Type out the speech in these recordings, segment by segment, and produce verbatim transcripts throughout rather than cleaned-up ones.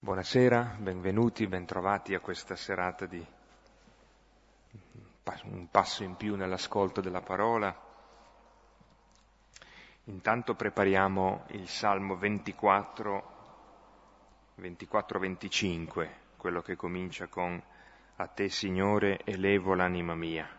Buonasera, benvenuti, bentrovati a questa serata di un passo in più nell'ascolto della parola. Intanto prepariamo il Salmo ventiquattro, ventiquattro venticinque, quello che comincia con «A te, Signore, elevo l'anima mia».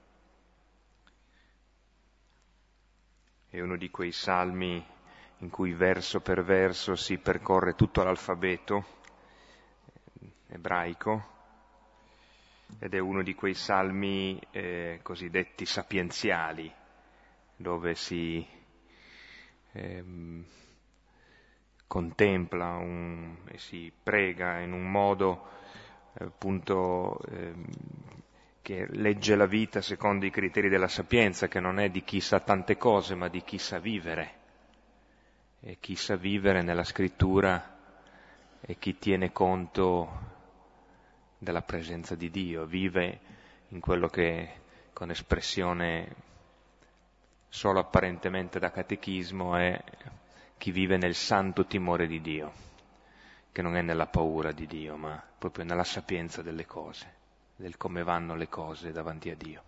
È uno di quei salmi in cui verso per verso si percorre tutto l'alfabeto ebraico ed è uno di quei salmi eh, cosiddetti sapienziali, dove si ehm, contempla un, e si prega in un modo eh, appunto ehm, che legge la vita secondo i criteri della sapienza, che non è di chi sa tante cose ma di chi sa vivere. E chi sa vivere nella scrittura è chi tiene conto della presenza di Dio, vive in quello che con espressione solo apparentemente da catechismo è chi vive nel santo timore di Dio, che non è nella paura di Dio, ma proprio nella sapienza delle cose, del come vanno le cose davanti a Dio.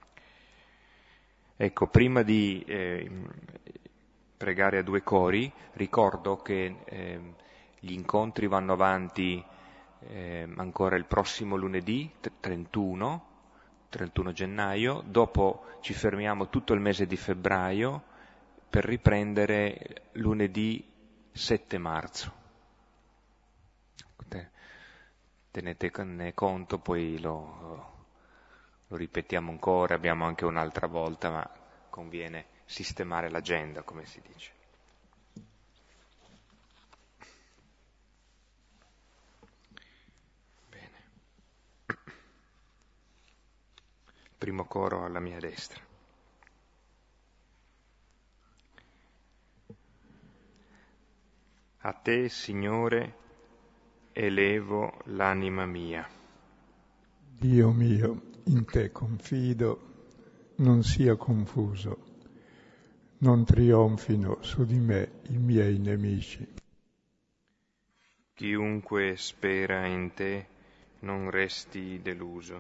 Ecco, prima di eh, pregare a due cori, ricordo che eh, gli incontri vanno avanti eh, ancora il prossimo lunedì, trentuno gennaio, dopo ci fermiamo tutto il mese di febbraio per riprendere lunedì sette marzo. Tenetene conto, poi lo, lo ripetiamo ancora, abbiamo anche un'altra volta, ma conviene sistemare l'agenda, come si dice. Bene. Primo coro alla mia destra. A te, Signore, elevo l'anima mia. Dio mio, in te confido, non sia confuso, non trionfino su di me i miei nemici. Chiunque spera in te non resti deluso.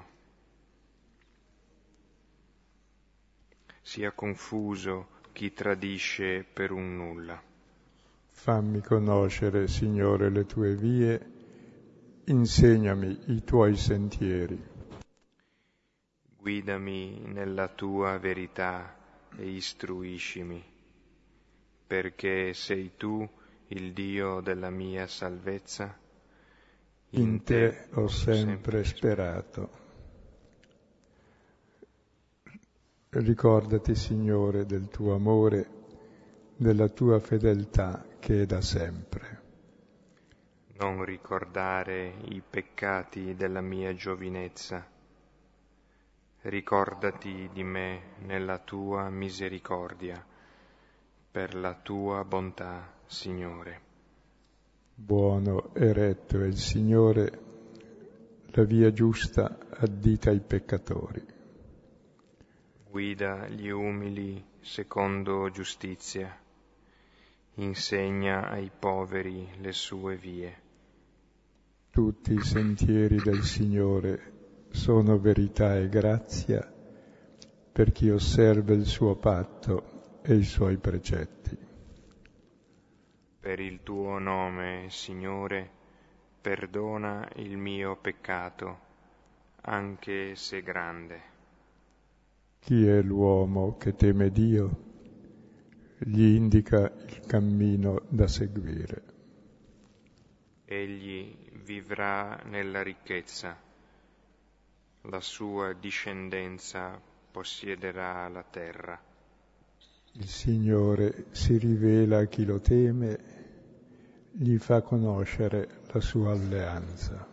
Sia confuso chi tradisce per un nulla. Fammi conoscere, Signore, le tue vie, insegnami i tuoi sentieri. Guidami nella tua verità e istruiscimi, perché sei tu il Dio della mia salvezza. In, in te, te ho sempre sperato. Ricordati, Signore, del tuo amore, della tua fedeltà che è da sempre. Non ricordare i peccati della mia giovinezza. Ricordati di me nella tua misericordia, per la tua bontà, Signore. Buono e retto è il Signore, la via giusta addita ai peccatori. Guida gli umili secondo giustizia, insegna ai poveri le sue vie. Tutti i sentieri del Signore sono verità e grazia per chi osserva il suo patto e i suoi precetti. Per il tuo nome, Signore, perdona il mio peccato, anche se grande. Chi è l'uomo che teme Dio? Gli indica il cammino da seguire. Egli vivrà nella ricchezza, la sua discendenza possiederà la terra. Il Signore si rivela a chi lo teme, gli fa conoscere la sua alleanza.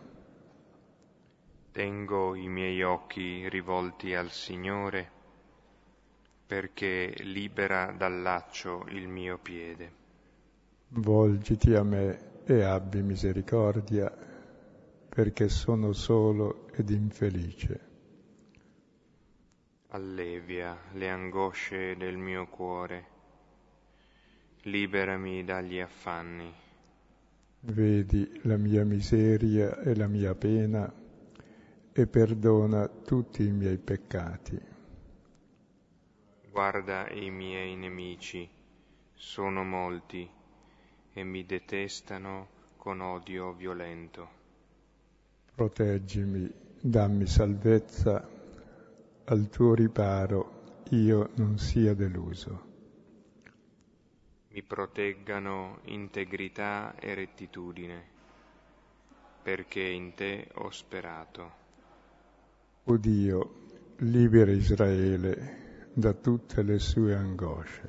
Tengo i miei occhi rivolti al Signore, perché libera dal laccio il mio piede. Volgiti a me e abbi misericordia, perché sono solo ed infelice. Allevia le angosce del mio cuore, liberami dagli affanni. Vedi la mia miseria e la mia pena e perdona tutti i miei peccati. Guarda i miei nemici, sono molti e mi detestano con odio violento. Proteggimi, dammi salvezza, al tuo riparo io non sia deluso. Mi proteggano integrità e rettitudine, perché in te ho sperato. O Dio, libera Israele da tutte le sue angosce.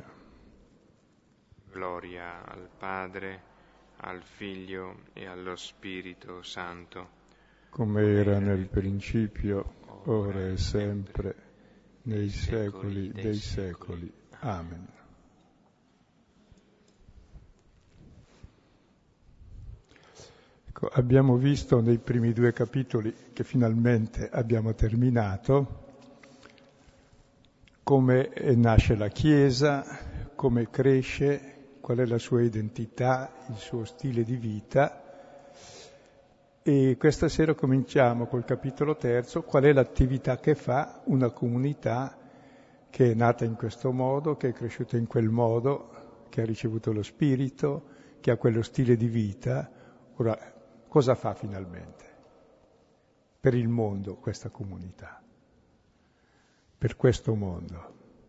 Gloria al Padre, al Figlio e allo Spirito Santo, come era nel principio, ora e sempre, nei secoli dei secoli. Amen. Ecco, abbiamo visto nei primi due capitoli, che finalmente abbiamo terminato, come nasce la Chiesa, come cresce, qual è la sua identità, il suo stile di vita. E questa sera cominciamo col capitolo terzo, qual è l'attività che fa una comunità che è nata in questo modo, che è cresciuta in quel modo, che ha ricevuto lo Spirito, che ha quello stile di vita. Ora, cosa fa finalmente per il mondo questa comunità? Per questo mondo.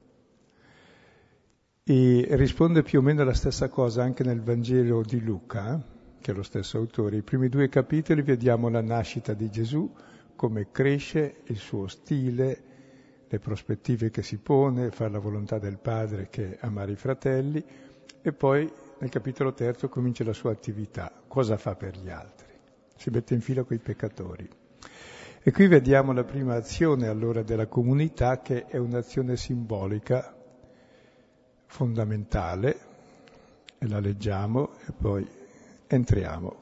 E risponde più o meno la stessa cosa anche nel Vangelo di Luca, che è lo stesso autore. I primi due capitoli vediamo la nascita di Gesù, come cresce, il suo stile, le prospettive che si pone, fare la volontà del Padre che è amare i fratelli, e poi nel capitolo terzo comincia la sua attività. Cosa fa per gli altri? Si mette in fila coi peccatori. E qui vediamo la prima azione allora della comunità, che è un'azione simbolica fondamentale, e la leggiamo e poi entriamo.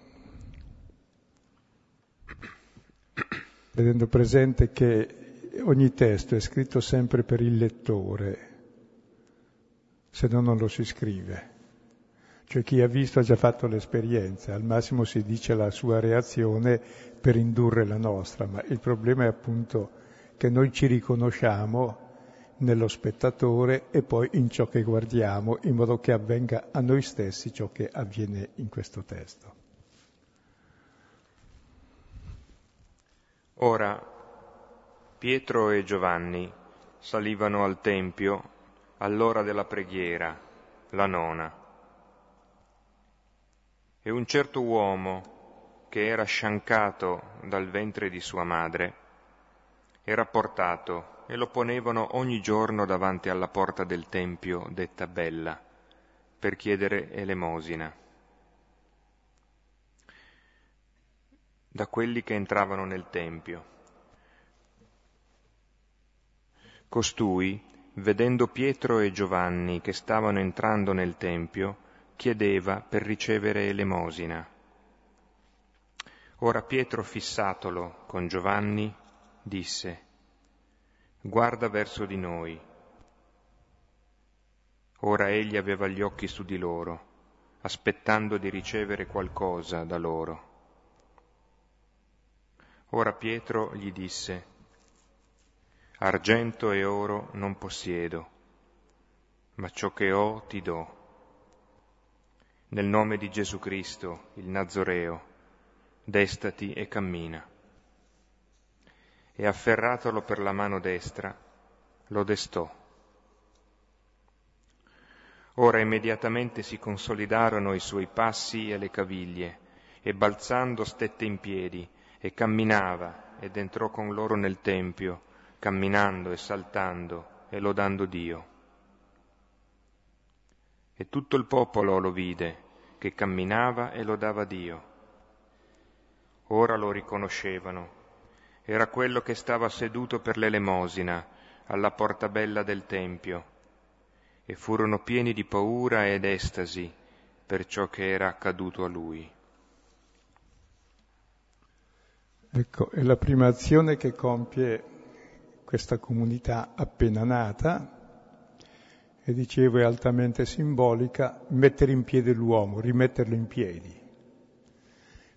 Vedendo presente che ogni testo è scritto sempre per il lettore, se no non lo si scrive. Cioè chi ha visto ha già fatto l'esperienza, al massimo si dice la sua reazione per indurre la nostra, ma il problema è appunto che noi ci riconosciamo nello spettatore e poi in ciò che guardiamo, in modo che avvenga a noi stessi ciò che avviene in questo testo. Ora Pietro e Giovanni salivano al Tempio all'ora della preghiera, la nona. E un certo uomo, che era sciancato dal ventre di sua madre, era portato e lo ponevano ogni giorno davanti alla porta del Tempio detta Bella, per chiedere elemosina da quelli che entravano nel Tempio. Costui, vedendo Pietro e Giovanni che stavano entrando nel Tempio, chiedeva per ricevere elemosina. Ora Pietro, fissatolo con Giovanni, disse: «Guarda verso di noi». Ora egli aveva gli occhi su di loro, aspettando di ricevere qualcosa da loro. Ora Pietro gli disse: «Argento e oro non possiedo, ma ciò che ho ti do. Nel nome di Gesù Cristo, il Nazoreo, destati e cammina». E afferratolo per la mano destra, lo destò. Ora immediatamente si consolidarono i suoi passi e le caviglie, e balzando stette in piedi, e camminava, ed entrò con loro nel Tempio, camminando e saltando e lodando Dio. E tutto il popolo lo vide, che camminava e lodava Dio. Ora lo riconoscevano. Era quello che stava seduto per l'elemosina alla porta bella del Tempio, e furono pieni di paura ed estasi per ciò che era accaduto a lui. Ecco, è la prima azione che compie questa comunità appena nata, e dicevo è altamente simbolica, mettere in piedi l'uomo, rimetterlo in piedi,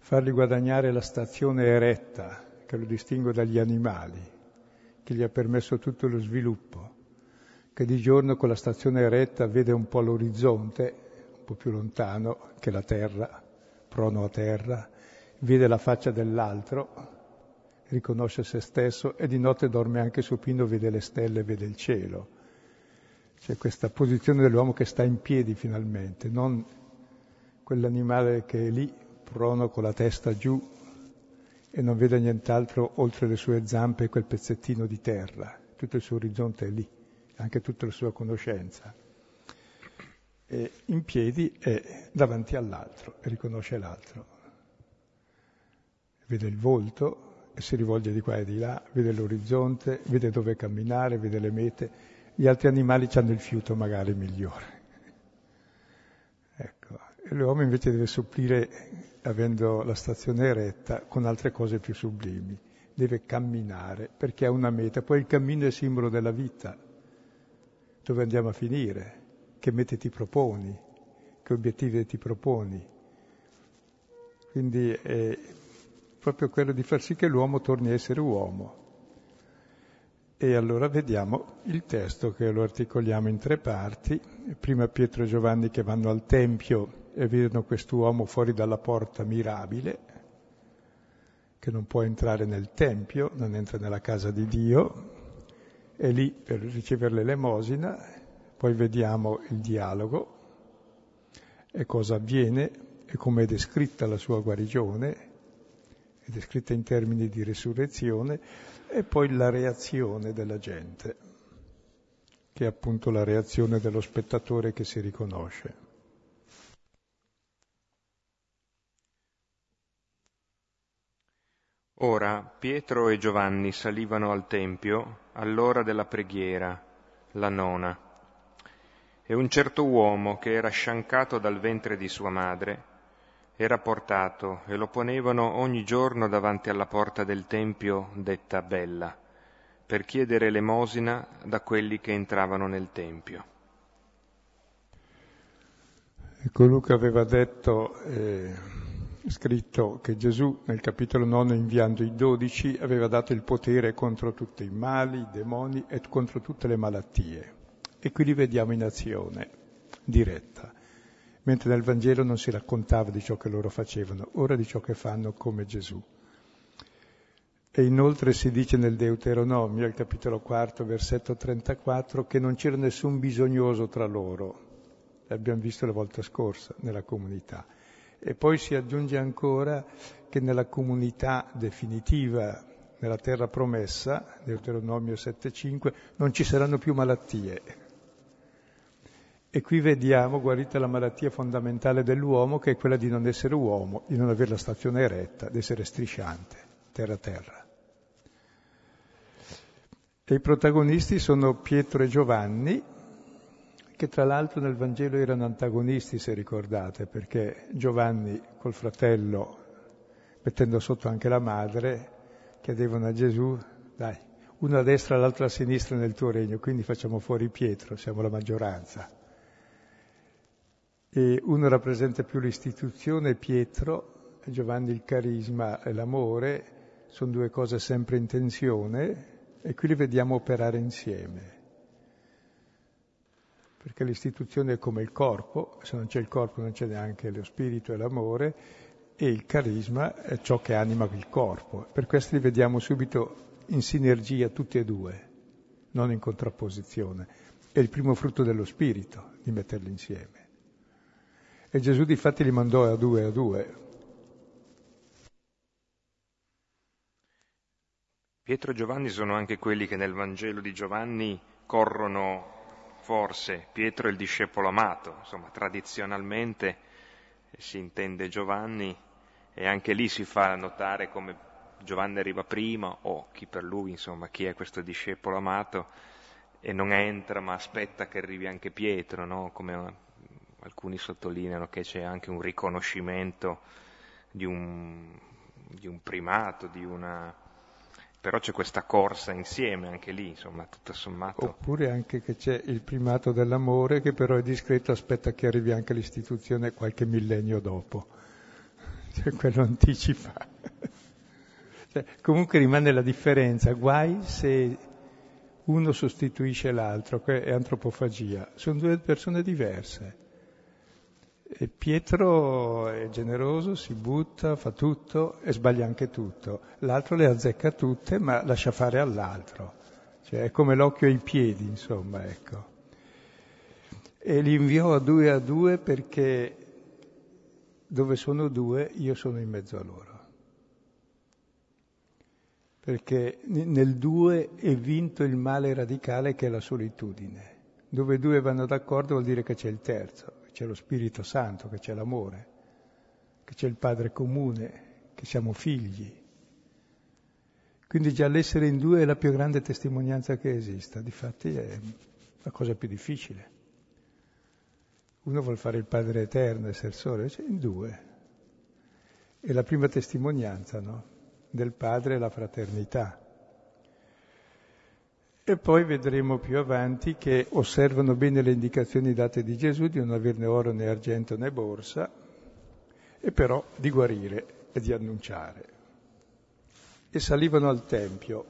fargli guadagnare la stazione eretta, che lo distingue dagli animali, che gli ha permesso tutto lo sviluppo, che di giorno con la stazione eretta vede un po' l'orizzonte, un po' più lontano che la terra, prono a terra, vede la faccia dell'altro, riconosce se stesso e di notte dorme anche supino, vede le stelle, vede il cielo. C'è questa posizione dell'uomo che sta in piedi finalmente, non quell'animale che è lì, prono con la testa giù e non vede nient'altro oltre le sue zampe e quel pezzettino di terra. Tutto il suo orizzonte è lì, anche tutta la sua conoscenza. E in piedi è davanti all'altro e riconosce l'altro. Vede il volto e si rivolge di qua e di là, vede l'orizzonte, vede dove camminare, vede le mete. Gli altri animali hanno il fiuto magari migliore. Ecco. E l'uomo invece deve supplire, avendo la stazione eretta, con altre cose più sublimi. Deve camminare perché ha una meta. Poi il cammino è simbolo della vita. Dove andiamo a finire? Che mete ti proponi? Che obiettivi ti proponi? Quindi è proprio quello di far sì che l'uomo torni a essere uomo. E allora vediamo il testo che lo articoliamo in tre parti. Prima Pietro e Giovanni che vanno al Tempio e vedono quest'uomo fuori dalla porta mirabile, che non può entrare nel Tempio, non entra nella casa di Dio, è lì per ricevere l'elemosina. Poi vediamo il dialogo e cosa avviene e come è descritta la sua guarigione, è descritta in termini di risurrezione, e poi la reazione della gente, che è appunto la reazione dello spettatore che si riconosce. Ora Pietro e Giovanni salivano al Tempio all'ora della preghiera, la nona, e un certo uomo che era sciancato dal ventre di sua madre era portato e lo ponevano ogni giorno davanti alla porta del Tempio detta Bella, per chiedere elemosina da quelli che entravano nel Tempio. Ecco, Luca aveva detto, eh, scritto che Gesù nel capitolo nono, inviando i dodici, aveva dato il potere contro tutti i mali, i demoni e contro tutte le malattie. E qui li vediamo in azione diretta. Mentre nel Vangelo non si raccontava di ciò che loro facevano, ora di ciò che fanno come Gesù. E inoltre si dice nel Deuteronomio, al capitolo quarto, versetto trentaquattro, che non c'era nessun bisognoso tra loro. L'abbiamo visto la volta scorsa nella comunità. E poi si aggiunge ancora che nella comunità definitiva, nella terra promessa, Deuteronomio sette cinque, non ci saranno più malattie. E qui vediamo guarita la malattia fondamentale dell'uomo, che è quella di non essere uomo, di non avere la stazione eretta, di essere strisciante, terra-terra. E i protagonisti sono Pietro e Giovanni, che tra l'altro nel Vangelo erano antagonisti, se ricordate, perché Giovanni col fratello, mettendo sotto anche la madre, chiedevano a Gesù, dai, uno a destra e l'altro a sinistra nel tuo regno, quindi facciamo fuori Pietro, siamo la maggioranza. E uno rappresenta più l'istituzione, Pietro, e Giovanni il carisma e l'amore, sono due cose sempre in tensione, e qui li vediamo operare insieme. Perché l'istituzione è come il corpo, se non c'è il corpo non c'è neanche lo spirito e l'amore, e il carisma è ciò che anima il corpo. Per questo li vediamo subito in sinergia tutti e due, non in contrapposizione. È il primo frutto dello spirito di metterli insieme. E Gesù difatti li mandò a due a due. Pietro e Giovanni sono anche quelli che nel Vangelo di Giovanni corrono forse. Pietro è il discepolo amato, insomma, tradizionalmente si intende Giovanni, e anche lì si fa notare come Giovanni arriva prima, o chi per lui, insomma, chi è questo discepolo amato, e non entra ma aspetta che arrivi anche Pietro, no? Come alcuni sottolineano che c'è anche un riconoscimento di un, di un primato, di una... però c'è questa corsa insieme anche lì, insomma, tutto sommato. Oppure anche che c'è il primato dell'amore, che però è discreto, aspetta che arrivi anche l'istituzione qualche millennio dopo. cioè quello anticipa. Cioè, comunque rimane la differenza, guai se uno sostituisce l'altro, è antropofagia, sono due persone diverse. E Pietro è generoso, si butta, fa tutto e sbaglia anche tutto. L'altro le azzecca tutte, ma lascia fare all'altro. Cioè è come l'occhio ai piedi, insomma, ecco. E li inviò a due a due perché dove sono due io sono in mezzo a loro. Perché nel due è vinto il male radicale che è la solitudine. Dove due vanno d'accordo vuol dire che c'è il terzo. C'è lo Spirito Santo, che c'è l'amore, che c'è il Padre comune, che siamo figli. Quindi già l'essere in due è la più grande testimonianza che esista, difatti è la cosa più difficile. Uno vuol fare il Padre eterno, essere solo, c'è in due. È la prima testimonianza, no? Del Padre e la fraternità. E poi vedremo più avanti che osservano bene le indicazioni date di Gesù di non averne oro né argento né borsa, e però di guarire e di annunciare. E salivano al Tempio.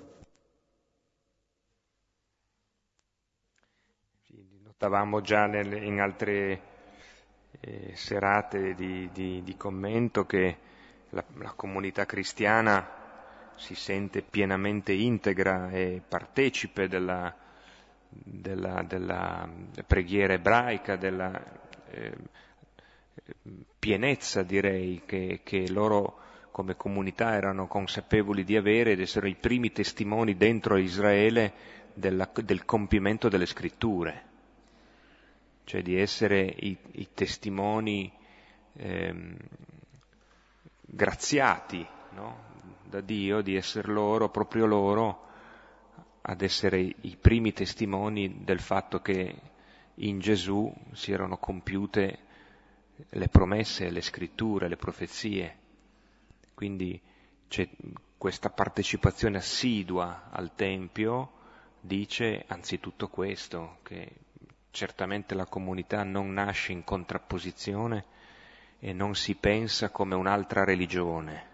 Notavamo già nel, in altre eh, serate di, di, di commento che la, la comunità cristiana si sente pienamente integra e partecipe della, della, della preghiera ebraica, della eh, pienezza, direi, che, che loro come comunità erano consapevoli di avere ed essere i primi testimoni dentro Israele della, del compimento delle scritture, cioè di essere i, i testimoni ehm, graziati, no? Da Dio, di essere loro, proprio loro, ad essere i primi testimoni del fatto che in Gesù si erano compiute le promesse, le scritture, le profezie. Quindi c'è questa partecipazione assidua al Tempio, dice anzitutto questo, che certamente la comunità non nasce in contrapposizione e non si pensa come un'altra religione.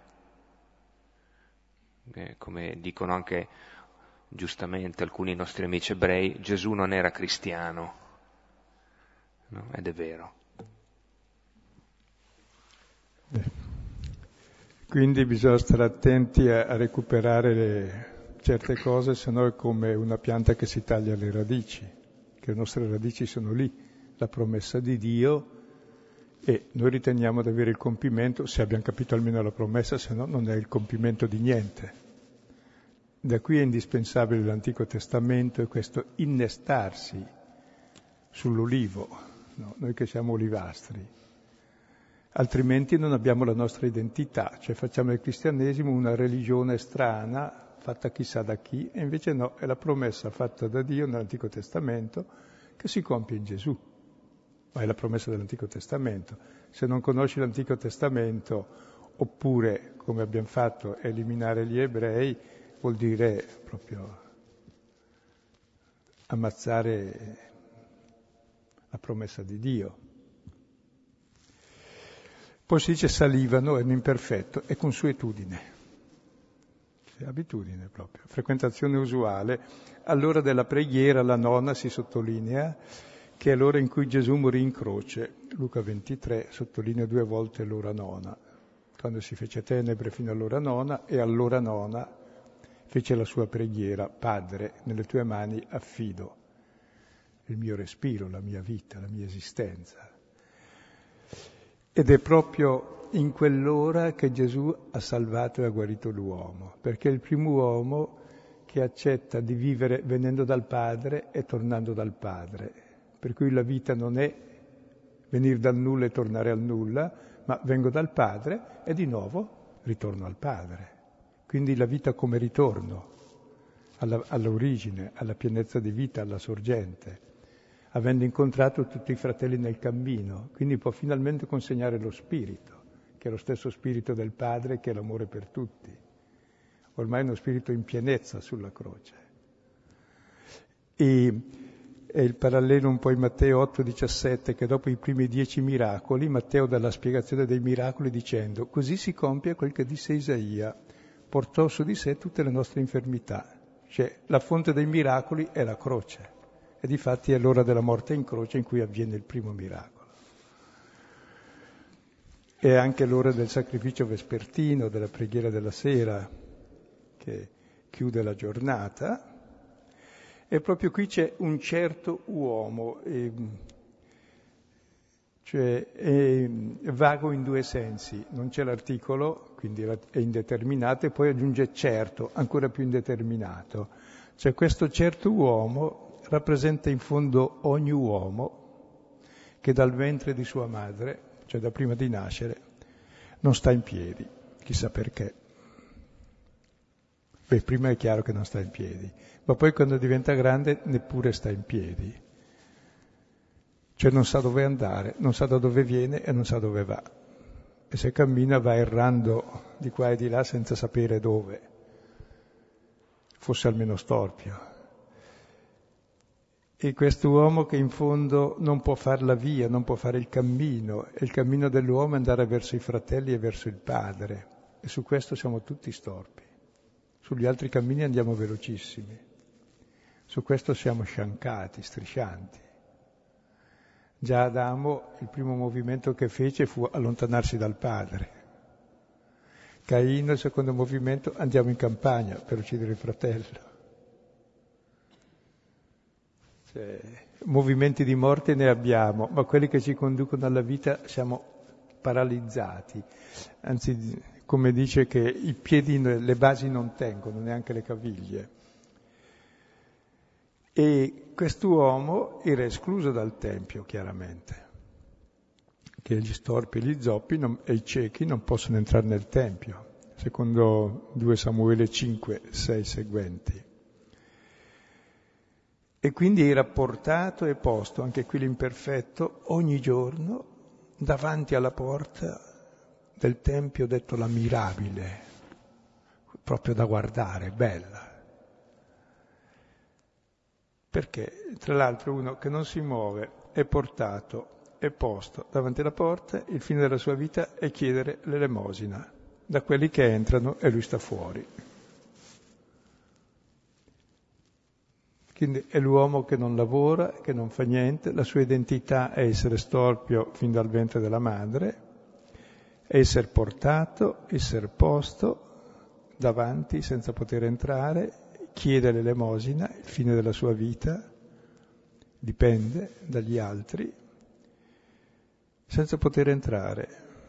Eh, come dicono anche giustamente alcuni nostri amici ebrei, Gesù non era cristiano, no? Ed è vero. Quindi bisogna stare attenti a, a recuperare le, certe cose, se no è come una pianta che si taglia le radici, che le nostre radici sono lì, la promessa di Dio, e noi riteniamo di avere il compimento, se abbiamo capito almeno la promessa, se no non è il compimento di niente. Da qui è indispensabile l'Antico Testamento e questo innestarsi sull'olivo, no? Noi che siamo olivastri. Altrimenti non abbiamo la nostra identità, cioè facciamo del cristianesimo una religione strana, fatta chissà da chi, e invece no, è la promessa fatta da Dio nell'Antico Testamento che si compie in Gesù. Ma è la promessa dell'Antico Testamento. Se non conosci l'Antico Testamento, oppure, come abbiamo fatto, eliminare gli ebrei, vuol dire proprio ammazzare la promessa di Dio. Poi si dice salivano, è un imperfetto, è consuetudine, è abitudine proprio, frequentazione usuale. All'ora della preghiera, la nona si sottolinea, che è l'ora in cui Gesù morì in croce. Luca ventitré sottolinea due volte l'ora nona, quando si fece tenebre fino all'ora nona, e all'ora nona fece la sua preghiera: Padre, nelle tue mani affido il mio respiro, la mia vita, la mia esistenza. Ed è proprio in quell'ora che Gesù ha salvato e ha guarito l'uomo, perché è il primo uomo che accetta di vivere venendo dal Padre e tornando dal Padre. Per cui la vita non è venire dal nulla e tornare al nulla, ma vengo dal Padre e di nuovo ritorno al Padre. Quindi la vita come ritorno alla, all'origine, alla pienezza di vita, alla sorgente, avendo incontrato tutti i fratelli nel cammino, quindi può finalmente consegnare lo spirito, che è lo stesso spirito del Padre, che è l'amore per tutti. Ormai è uno spirito in pienezza sulla croce. E è il parallelo un po' in Matteo otto diciassette, che dopo i primi dieci miracoli, Matteo dà la spiegazione dei miracoli dicendo: così si compie quel che disse Isaia, portò su di sé tutte le nostre infermità. Cioè, la fonte dei miracoli è la croce, e difatti è l'ora della morte in croce in cui avviene il primo miracolo. È anche l'ora del sacrificio vespertino, della preghiera della sera, che chiude la giornata. E proprio qui c'è un certo uomo, eh, cioè è vago in due sensi, non c'è l'articolo, quindi è indeterminato, e poi aggiunge certo, ancora più indeterminato. Cioè questo certo uomo rappresenta in fondo ogni uomo che dal ventre di sua madre, cioè da prima di nascere, non sta in piedi, chissà perché. Beh, prima è chiaro che non sta in piedi, ma poi quando diventa grande neppure sta in piedi. Cioè non sa dove andare, non sa da dove viene e non sa dove va. E se cammina va errando di qua e di là senza sapere dove. Fosse almeno storpio. E quest'uomo che in fondo non può fare la via, non può fare il cammino, e il cammino dell'uomo è andare verso i fratelli e verso il Padre. E su questo siamo tutti storpi. Sugli altri cammini andiamo velocissimi. Su questo siamo sciancati, striscianti. Già Adamo, il primo movimento che fece fu allontanarsi dal padre. Caino, il secondo movimento, andiamo in campagna per uccidere il fratello. Cioè, movimenti di morte ne abbiamo, ma quelli che ci conducono alla vita siamo paralizzati. Anzi, come dice che i piedi, le basi non tengono, neanche le caviglie. E quest'uomo era escluso dal Tempio, chiaramente, che gli storpi e gli zoppi non, e i ciechi non possono entrare nel Tempio, secondo due Samuele cinque, sei seguenti. E quindi era portato e posto, anche qui l'imperfetto, ogni giorno davanti alla porta del Tempio, detto la mirabile, proprio da guardare, bella. Perché, tra l'altro, uno che non si muove è portato, è posto davanti alla porta, il fine della sua vita è chiedere l'elemosina da quelli che entrano e lui sta fuori. Quindi è l'uomo che non lavora, che non fa niente, la sua identità è essere storpio fin dal ventre della madre, è essere portato, essere posto davanti senza poter entrare, chiede l'elemosina, il fine della sua vita, dipende dagli altri, senza poter entrare.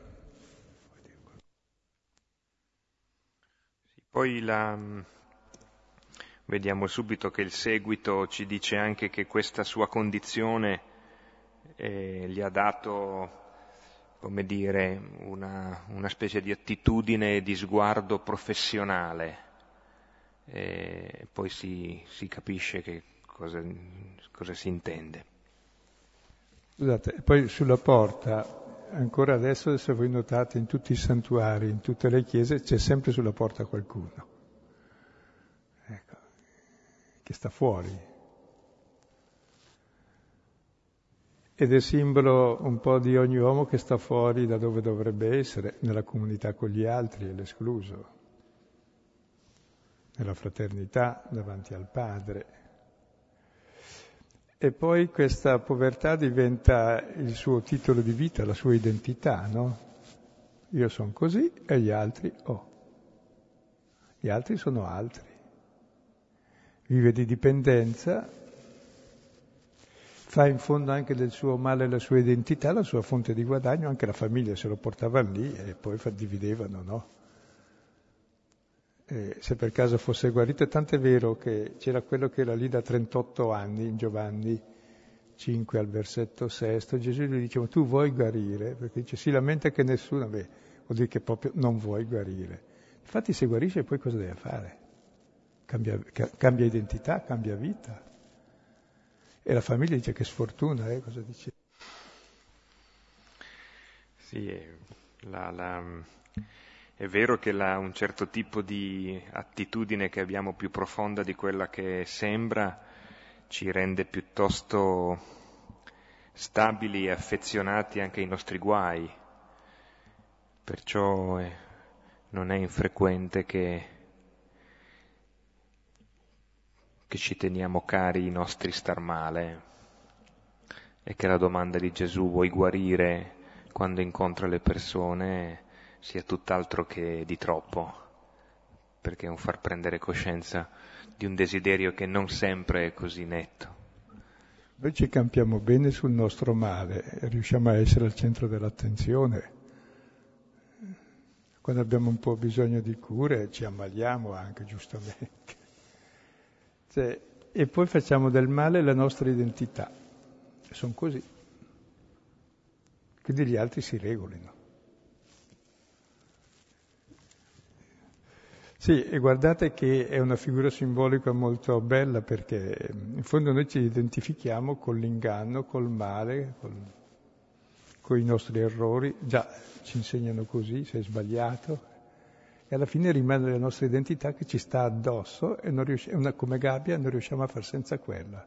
Poi la, vediamo subito che il seguito ci dice anche che questa sua condizione eh, gli ha dato, come dire, una, una specie di attitudine e di sguardo professionale. E poi si, si capisce che cosa, cosa si intende. Scusate, e poi sulla porta, ancora adesso, se voi notate, in tutti i santuari, in tutte le chiese, c'è sempre sulla porta qualcuno, ecco, che sta fuori. Ed è simbolo un po' di ogni uomo che sta fuori da dove dovrebbe essere, nella comunità con gli altri, è l'escluso. Nella fraternità davanti al Padre. E poi questa povertà diventa il suo titolo di vita, la sua identità, no? Io sono così e gli altri, oh, gli altri sono altri. Vive di dipendenza, fa in fondo anche del suo male la sua identità, la sua fonte di guadagno, anche la famiglia se lo portava lì e poi dividevano, no? Eh, se per caso fosse guarito, tanto è vero che c'era quello che era lì da trentotto anni, in Giovanni cinque al versetto sesto, Gesù gli diceva: tu vuoi guarire? Perché dice, si lamenta che nessuno, beh, vuol dire che proprio non vuoi guarire. Infatti se guarisce poi cosa deve fare? Cambia, cambia identità, cambia vita. E la famiglia dice che sfortuna, eh? Cosa dice? Sì, la... la... È vero che la, un certo tipo di attitudine che abbiamo più profonda di quella che sembra ci rende piuttosto stabili e affezionati anche ai nostri guai. Perciò eh, non è infrequente che, che ci teniamo cari i nostri star male, e che la domanda di Gesù vuoi guarire quando incontra le persone sia tutt'altro che di troppo, perché è un far prendere coscienza di un desiderio che non sempre è così netto. Noi ci campiamo bene sul nostro male, riusciamo a essere al centro dell'attenzione. Quando abbiamo un po' bisogno di cure ci ammaliamo anche, giustamente. Cioè, e poi facciamo del male la nostra identità. Sono così. Quindi gli altri si regolino. Sì, e guardate che è una figura simbolica molto bella, perché in fondo noi ci identifichiamo con l'inganno, col male, col, con i nostri errori. Già ci insegnano così, sei sbagliato, e alla fine rimane la nostra identità che ci sta addosso e non riusci- è una, come gabbia, non riusciamo a far senza quella.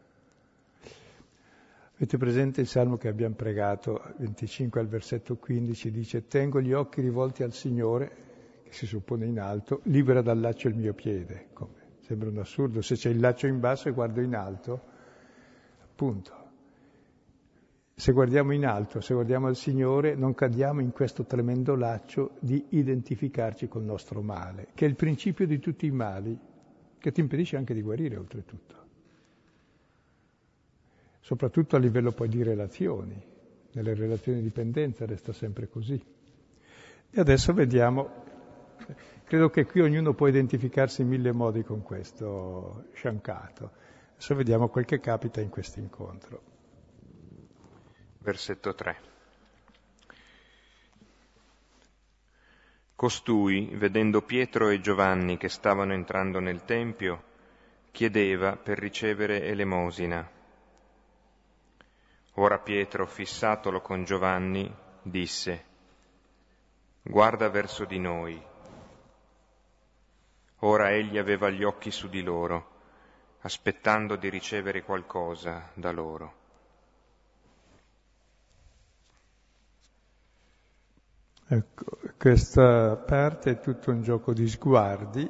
Avete presente il salmo che abbiamo pregato, venticinque al versetto quindici, dice: tengo gli occhi rivolti al Signore, che si suppone in alto, libera dal laccio il mio piede. Come? Sembra un assurdo, se c'è il laccio in basso e guardo in alto, appunto. Se guardiamo in alto, se guardiamo al Signore, non cadiamo in questo tremendo laccio di identificarci col nostro male, che è il principio di tutti i mali, che ti impedisce anche di guarire, oltretutto. Soprattutto a livello poi di relazioni. Nelle relazioni di dipendenza resta sempre così. E adesso vediamo, credo che qui ognuno può identificarsi in mille modi con questo sciancato. Adesso vediamo quel che capita in questo incontro. Versetto tre. Costui, vedendo Pietro e Giovanni che stavano entrando nel Tempio, chiedeva per ricevere elemosina. Ora Pietro, fissatolo con Giovanni, disse: guarda verso di noi. Ora egli aveva gli occhi su di loro, aspettando di ricevere qualcosa da loro. Ecco, questa parte è tutto un gioco di sguardi.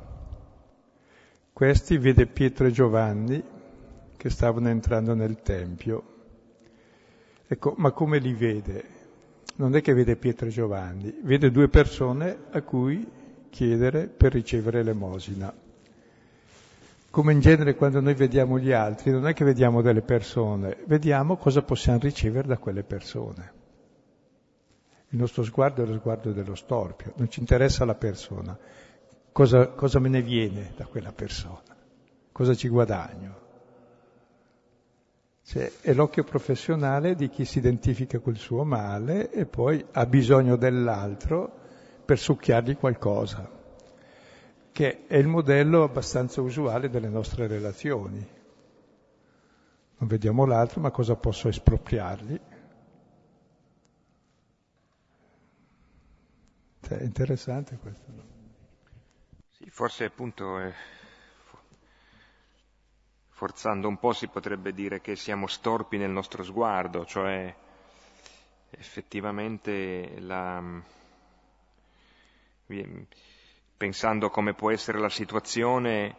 Questi vede Pietro e Giovanni che stavano entrando nel Tempio. Ecco, ma come li vede? Non è che vede Pietro e Giovanni, vede due persone a cui chiedere per ricevere l'emosina. Come in genere quando noi vediamo gli altri, non è che vediamo delle persone, vediamo cosa possiamo ricevere da quelle persone. Il nostro sguardo è lo sguardo dello storpio, non ci interessa la persona, cosa, cosa me ne viene da quella persona, cosa ci guadagno. Cioè, è l'occhio professionale di chi si identifica col suo male e poi ha bisogno dell'altro per succhiargli qualcosa, che è il modello abbastanza usuale delle nostre relazioni. Non vediamo l'altro, ma cosa posso espropriargli? Cioè, è interessante questo, no? Sì, forse appunto, eh, forzando un po' si potrebbe dire che siamo storpi nel nostro sguardo, cioè effettivamente la, pensando come può essere la situazione,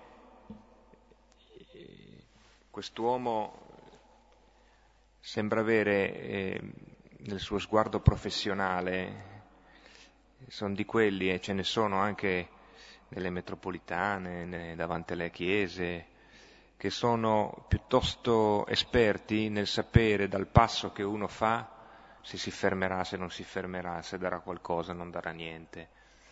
quest'uomo sembra avere eh, nel suo sguardo professionale, sono di quelli, e ce ne sono anche nelle metropolitane, ne, davanti alle chiese, che sono piuttosto esperti nel sapere dal passo che uno fa se si fermerà, se non si fermerà, se darà qualcosa, non darà niente.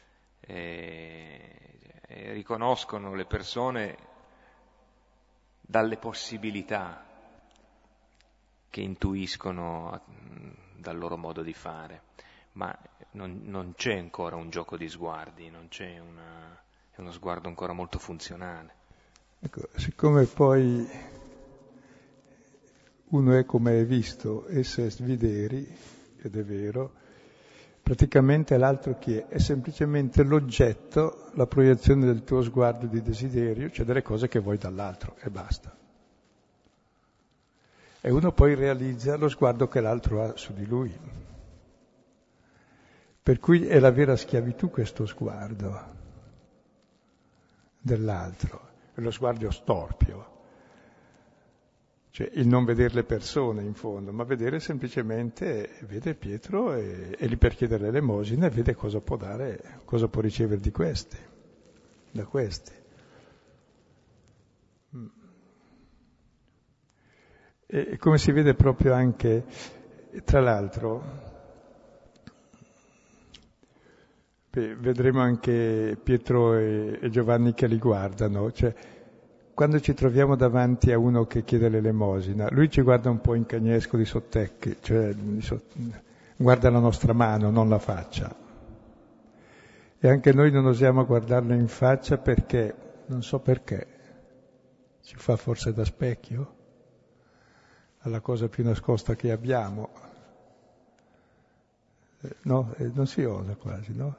E, e riconoscono le persone dalle possibilità che intuiscono dal loro modo di fare, ma non, non c'è ancora un gioco di sguardi, non c'è una, è uno sguardo ancora molto funzionale. Ecco, siccome poi uno è come è visto, esse est videri, ed è vero, praticamente l'altro chi è? È semplicemente l'oggetto, la proiezione del tuo sguardo di desiderio, cioè delle cose che vuoi dall'altro, e basta. E uno poi realizza lo sguardo che l'altro ha su di lui. Per cui è la vera schiavitù questo sguardo dell'altro, è lo sguardo storpio. Cioè il non vedere le persone in fondo, ma vedere semplicemente, vede Pietro e è lì per chiedere l'elemosina e vede cosa può dare, cosa può ricevere di questi, da questi. E come si vede proprio anche, tra l'altro, beh, vedremo anche Pietro e, e Giovanni che li guardano, cioè quando ci troviamo davanti a uno che chiede l'elemosina, lui ci guarda un po' in cagnesco di sottecchi, cioè di sott... guarda la nostra mano, non la faccia. E anche noi non osiamo guardarlo in faccia perché, non so perché, ci fa forse da specchio alla cosa più nascosta che abbiamo. Eh, no, eh, non si osa quasi, no?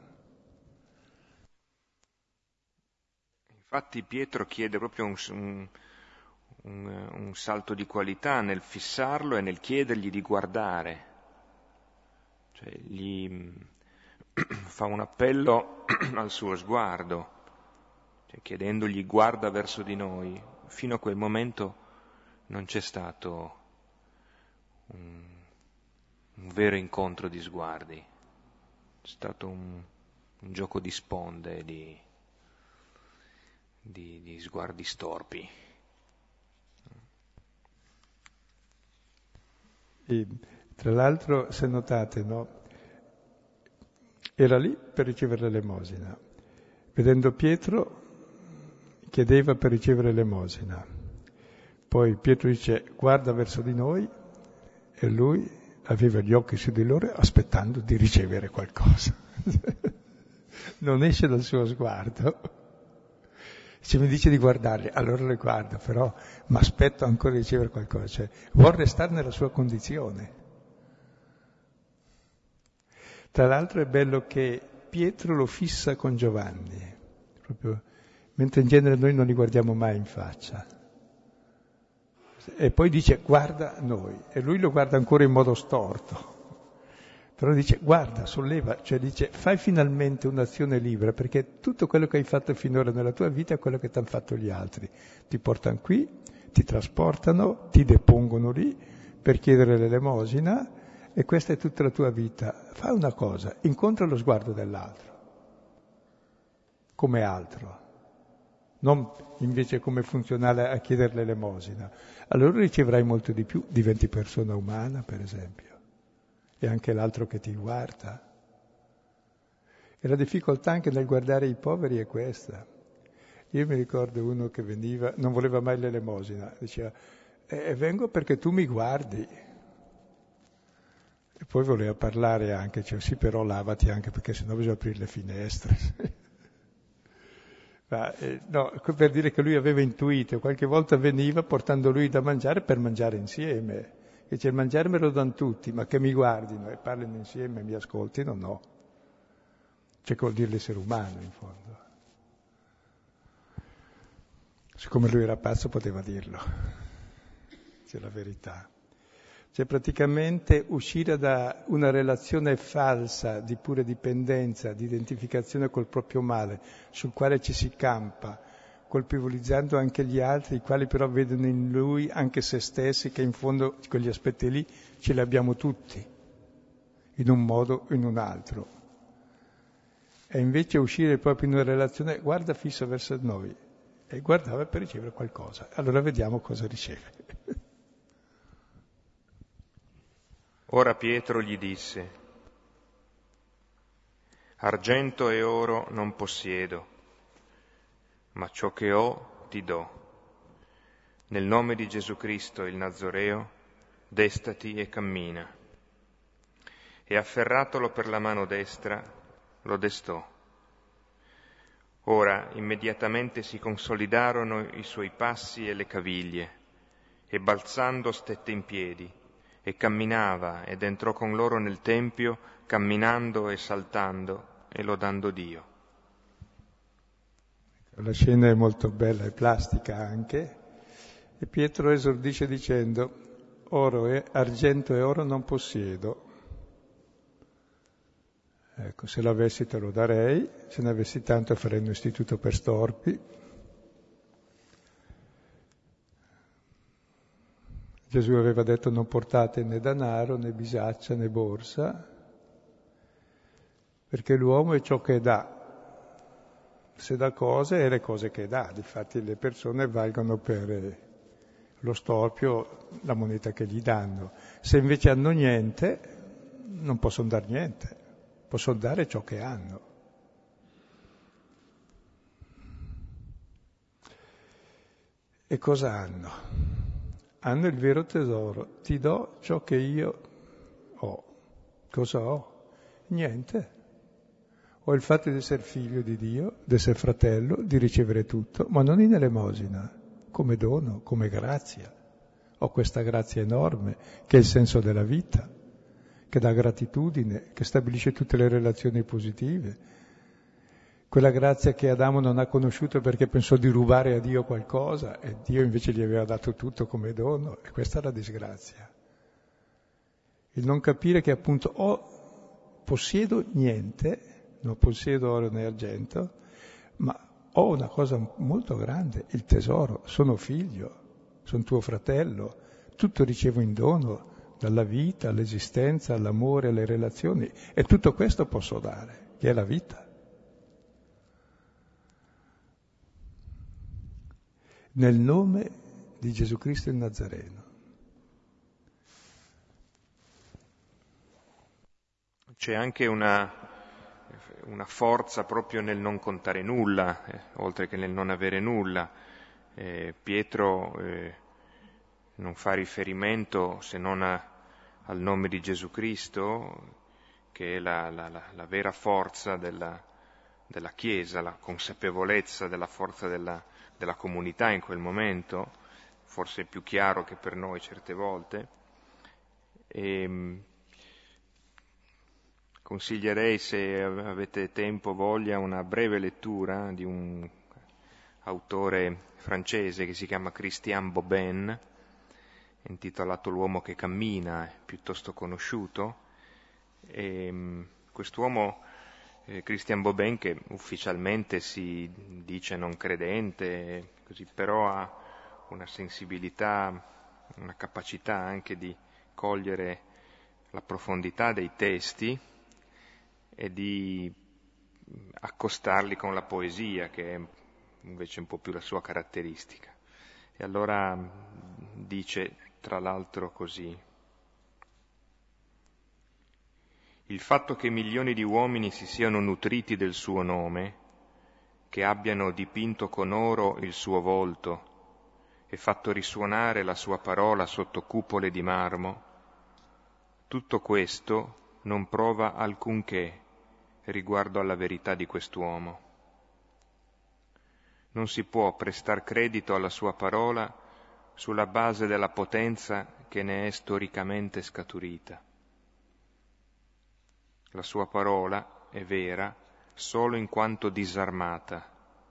Infatti Pietro chiede proprio un, un, un, un salto di qualità nel fissarlo e nel chiedergli di guardare. Cioè gli fa un appello al suo sguardo, cioè chiedendogli guarda verso di noi. Fino a quel momento non c'è stato un, un vero incontro di sguardi, c'è stato un, un gioco di sponde, di... Di, di sguardi storpi. E, tra l'altro, se notate, no? Era lì per ricevere l'elemosina. Vedendo Pietro, chiedeva per ricevere l'elemosina. Poi Pietro dice, guarda verso di noi, e lui aveva gli occhi su di loro aspettando di ricevere qualcosa. Non esce dal suo sguardo. Se mi dice di guardarli, allora le guardo, però mi aspetto ancora di ricevere qualcosa, cioè vuol restare nella sua condizione. Tra l'altro è bello che Pietro lo fissa con Giovanni, proprio, mentre in genere noi non li guardiamo mai in faccia. E poi dice guarda noi, e lui lo guarda ancora in modo storto. Però dice, guarda, solleva, cioè dice, fai finalmente un'azione libera, perché tutto quello che hai fatto finora nella tua vita è quello che ti hanno fatto gli altri. Ti portano qui, ti trasportano, ti depongono lì per chiedere l'elemosina, e questa è tutta la tua vita. Fai una cosa, incontra lo sguardo dell'altro, come altro, non invece come funzionale a chiedere l'elemosina. Allora riceverai molto di più, diventi persona umana, per esempio. E anche l'altro che ti guarda. E la difficoltà anche nel guardare i poveri è questa. Io mi ricordo uno che veniva, non voleva mai l'elemosina, diceva, eh, vengo perché tu mi guardi. E poi voleva parlare anche, cioè sì, però lavati anche perché sennò bisogna aprire le finestre. Ma, eh, no, per dire che lui aveva intuito, qualche volta veniva portando lui da mangiare per mangiare insieme. E c'è il mangiare me lo danno tutti, ma che mi guardino e parlino insieme e mi ascoltino, no. C'è che vuol dire l'essere umano, in fondo. Siccome lui era pazzo poteva dirlo, c'è la verità. Cioè praticamente uscire da una relazione falsa di pura dipendenza, di identificazione col proprio male, sul quale ci si campa, colpevolizzando anche gli altri, i quali però vedono in lui anche se stessi, che in fondo quegli aspetti lì ce li abbiamo tutti, in un modo o in un altro. E invece uscire proprio in una relazione, guarda fisso verso noi, e guardava per ricevere qualcosa. Allora vediamo cosa riceve. Ora Pietro gli disse, argento e oro non possiedo, ma ciò che ho ti do. Nel nome di Gesù Cristo il Nazoreo, destati e cammina. E afferratolo per la mano destra, lo destò. Ora immediatamente si consolidarono i suoi passi e le caviglie, e balzando stette in piedi, e camminava ed entrò con loro nel Tempio, camminando e saltando e lodando Dio. La scena è molto bella e plastica anche, e Pietro esordisce dicendo, oro e argento e oro non possiedo. Ecco, se l'avessi te lo darei, se ne avessi tanto farei un istituto per storpi. Gesù aveva detto non portate né denaro, né bisaccia, né borsa, perché l'uomo è ciò che dà. Se dà cose, è le cose che dà. Difatti le persone valgono per lo storpio la moneta che gli danno. Se invece hanno niente, non possono dare niente, possono dare ciò che hanno. E cosa hanno? Hanno il vero tesoro. Ti do ciò che io ho. Cosa ho? Niente. Ho il fatto di essere figlio di Dio, di essere fratello, di ricevere tutto, ma non in elemosina, come dono, come grazia. Ho questa grazia enorme, che è il senso della vita, che dà gratitudine, che stabilisce tutte le relazioni positive. Quella grazia che Adamo non ha conosciuto perché pensò di rubare a Dio qualcosa e Dio invece gli aveva dato tutto come dono, e questa è la disgrazia. Il non capire che appunto ho, possiedo niente, non possiedo oro né argento, ma ho una cosa molto grande, il tesoro, sono figlio, sono tuo fratello, tutto ricevo in dono, dalla vita all'esistenza, all'amore, alle relazioni, e tutto questo posso dare, che è la vita. Nel nome di Gesù Cristo il Nazareno. C'è anche una, una forza proprio nel non contare nulla, eh, oltre che nel non avere nulla. Eh, Pietro eh, non fa riferimento se non a, al nome di Gesù Cristo, che è la, la, la, la vera forza della, della Chiesa, la consapevolezza della forza della, della comunità in quel momento, forse è più chiaro che per noi certe volte. E, consiglierei, se avete tempo, voglia, una breve lettura di un autore francese che si chiama Christian Bobin, intitolato L'uomo che cammina, è piuttosto conosciuto. E quest'uomo, eh, Christian Bobin, che ufficialmente si dice non credente, così, però ha una sensibilità, una capacità anche di cogliere la profondità dei testi e di accostarli con la poesia, che è invece un po' più la sua caratteristica. E allora dice, tra l'altro, così: il fatto che milioni di uomini si siano nutriti del suo nome, che abbiano dipinto con oro il suo volto e fatto risuonare la sua parola sotto cupole di marmo, tutto questo non prova alcunché riguardo alla verità di quest'uomo. Non si può prestar credito alla sua parola sulla base della potenza che ne è storicamente scaturita. La sua parola è vera solo in quanto disarmata.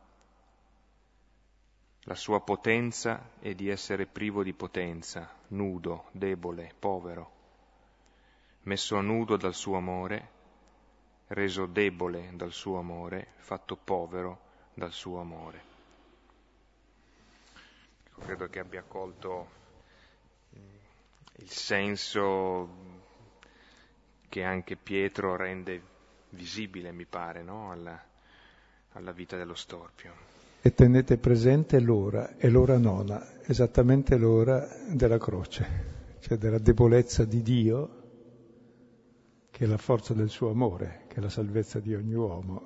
La sua potenza è di essere privo di potenza, nudo, debole, povero, messo a nudo dal suo amore, reso debole dal suo amore, fatto povero dal suo amore. Credo che abbia colto il senso che anche Pietro rende visibile, mi pare, no? alla, alla vita dello storpio. E tenete presente l'ora, è l'ora nona, esattamente l'ora della croce, cioè della debolezza di Dio, che è la forza del suo amore, che è la salvezza di ogni uomo.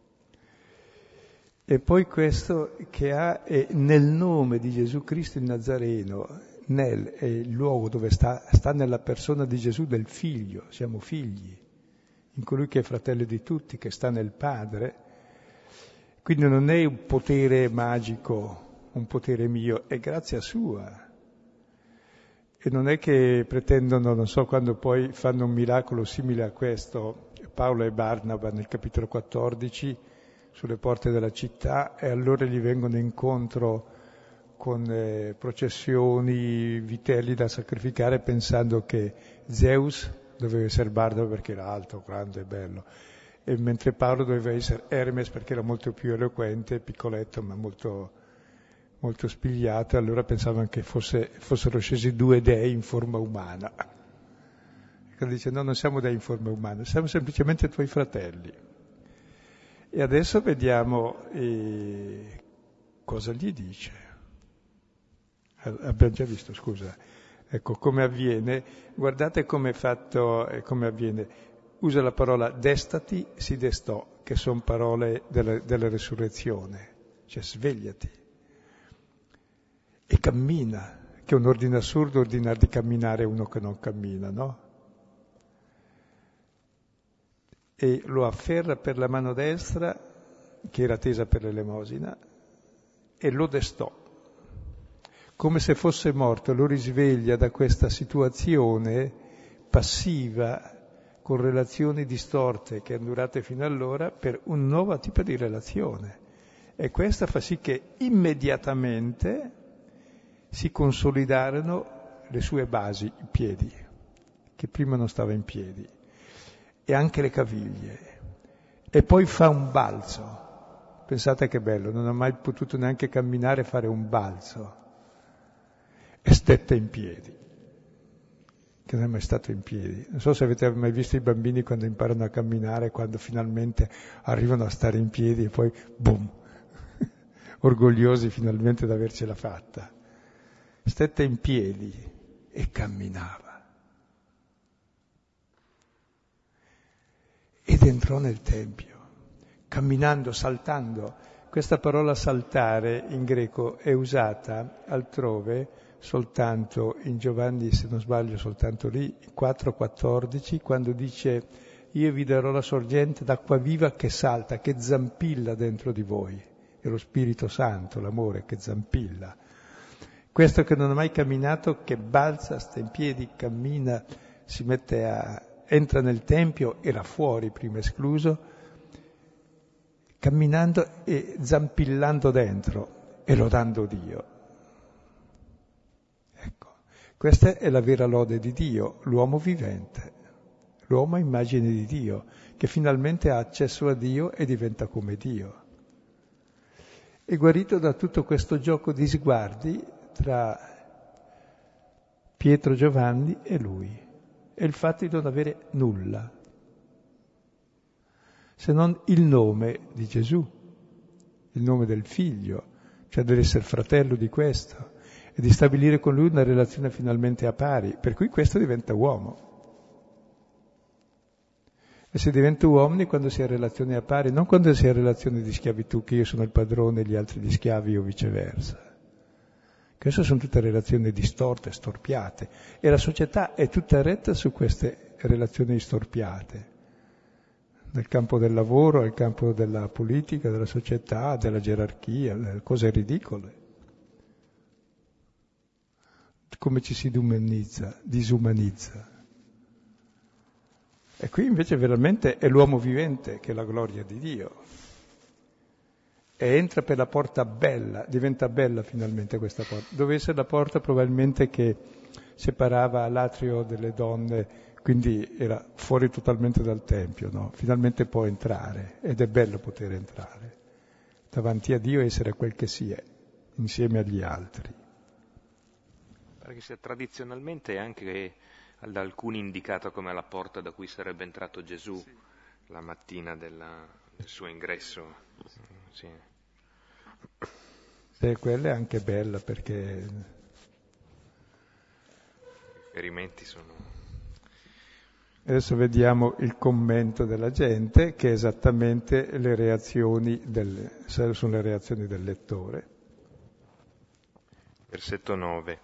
E poi questo che ha è nel nome di Gesù Cristo il Nazareno, nel è il luogo dove sta, sta nella persona di Gesù, del Figlio, siamo figli, in colui che è fratello di tutti, che sta nel Padre. Quindi non è un potere magico, un potere mio, è grazia sua. E non è che pretendono, non so, quando poi fanno un miracolo simile a questo, Paolo e Barnaba nel capitolo quattordici, sulle porte della città, e allora gli vengono incontro con eh, processioni, vitelli da sacrificare, pensando che Zeus doveva essere bardo perché era alto, grande e bello, e mentre Paolo doveva essere Hermes perché era molto più eloquente, piccoletto ma molto, molto spigliato, e allora pensavano che fosse, fossero scesi due dei in forma umana. E dice no, non siamo dei in forma umana, siamo semplicemente tuoi fratelli. E adesso vediamo eh, cosa gli dice. Abbiamo già visto, scusa. Ecco, come avviene. Guardate come è fatto, eh, come avviene. Usa la parola destati, si destò, che sono parole della, della resurrezione. Cioè svegliati. E cammina, che è un ordine assurdo ordinare di camminare uno che non cammina, no? E lo afferra per la mano destra, che era tesa per l'elemosina, e lo destò. Come se fosse morto, lo risveglia da questa situazione passiva, con relazioni distorte che hanno durate fino allora, per un nuovo tipo di relazione. E questa fa sì che immediatamente si consolidarono le sue basi, i piedi, che prima non stava in piedi, e anche le caviglie. E poi fa un balzo. Pensate che bello, non ha mai potuto neanche camminare e fare un balzo. E stette in piedi, che non è mai stato in piedi. Non so se avete mai visto i bambini quando imparano a camminare, quando finalmente arrivano a stare in piedi e poi boom, orgogliosi finalmente di avercela fatta. Stette in piedi e camminava. Ed entrò nel Tempio, camminando, saltando. Questa parola saltare in greco è usata altrove soltanto in Giovanni, se non sbaglio, soltanto lì, quattro quattordici, quando dice io vi darò la sorgente d'acqua viva che salta, che zampilla dentro di voi. È lo Spirito Santo, l'amore che zampilla. Questo che non ha mai camminato, che balza, sta in piedi, cammina, si mette a... entra nel Tempio, era fuori, prima escluso, camminando e zampillando dentro e lodando Dio. Ecco, questa è la vera lode di Dio, l'uomo vivente, l'uomo a immagine di Dio, che finalmente ha accesso a Dio e diventa come Dio. È guarito da tutto questo gioco di sguardi tra Pietro, Giovanni e lui, e il fatto di non avere nulla, se non il nome di Gesù, il nome del figlio, cioè dell'essere fratello di questo, e di stabilire con lui una relazione finalmente a pari, per cui questo diventa uomo. E si diventa uomini quando si ha relazione a pari, non quando si ha relazione di schiavitù, che io sono il padrone e gli altri gli schiavi o viceversa. Queste sono tutte relazioni distorte, storpiate, e la società è tutta retta su queste relazioni storpiate, nel campo del lavoro, nel campo della politica, della società, della gerarchia, cose ridicole. Come ci si disumanizza, disumanizza. E qui invece veramente è l'uomo vivente che è la gloria di Dio. E entra per la porta bella, diventa bella finalmente questa porta. Doveva essere la porta probabilmente che separava l'atrio delle donne, quindi era fuori totalmente dal Tempio, no? Finalmente può entrare, ed è bello poter entrare davanti a Dio e essere quel che si è, insieme agli altri. Pare che sia tradizionalmente anche da alcuni indicato come la porta da cui sarebbe entrato Gesù, sì, la mattina della, del suo ingresso. Sì. E quella è anche bella perché i riferimenti sono... Adesso vediamo il commento della gente, che è esattamente le reazioni del, sono le reazioni del lettore. Versetto nove.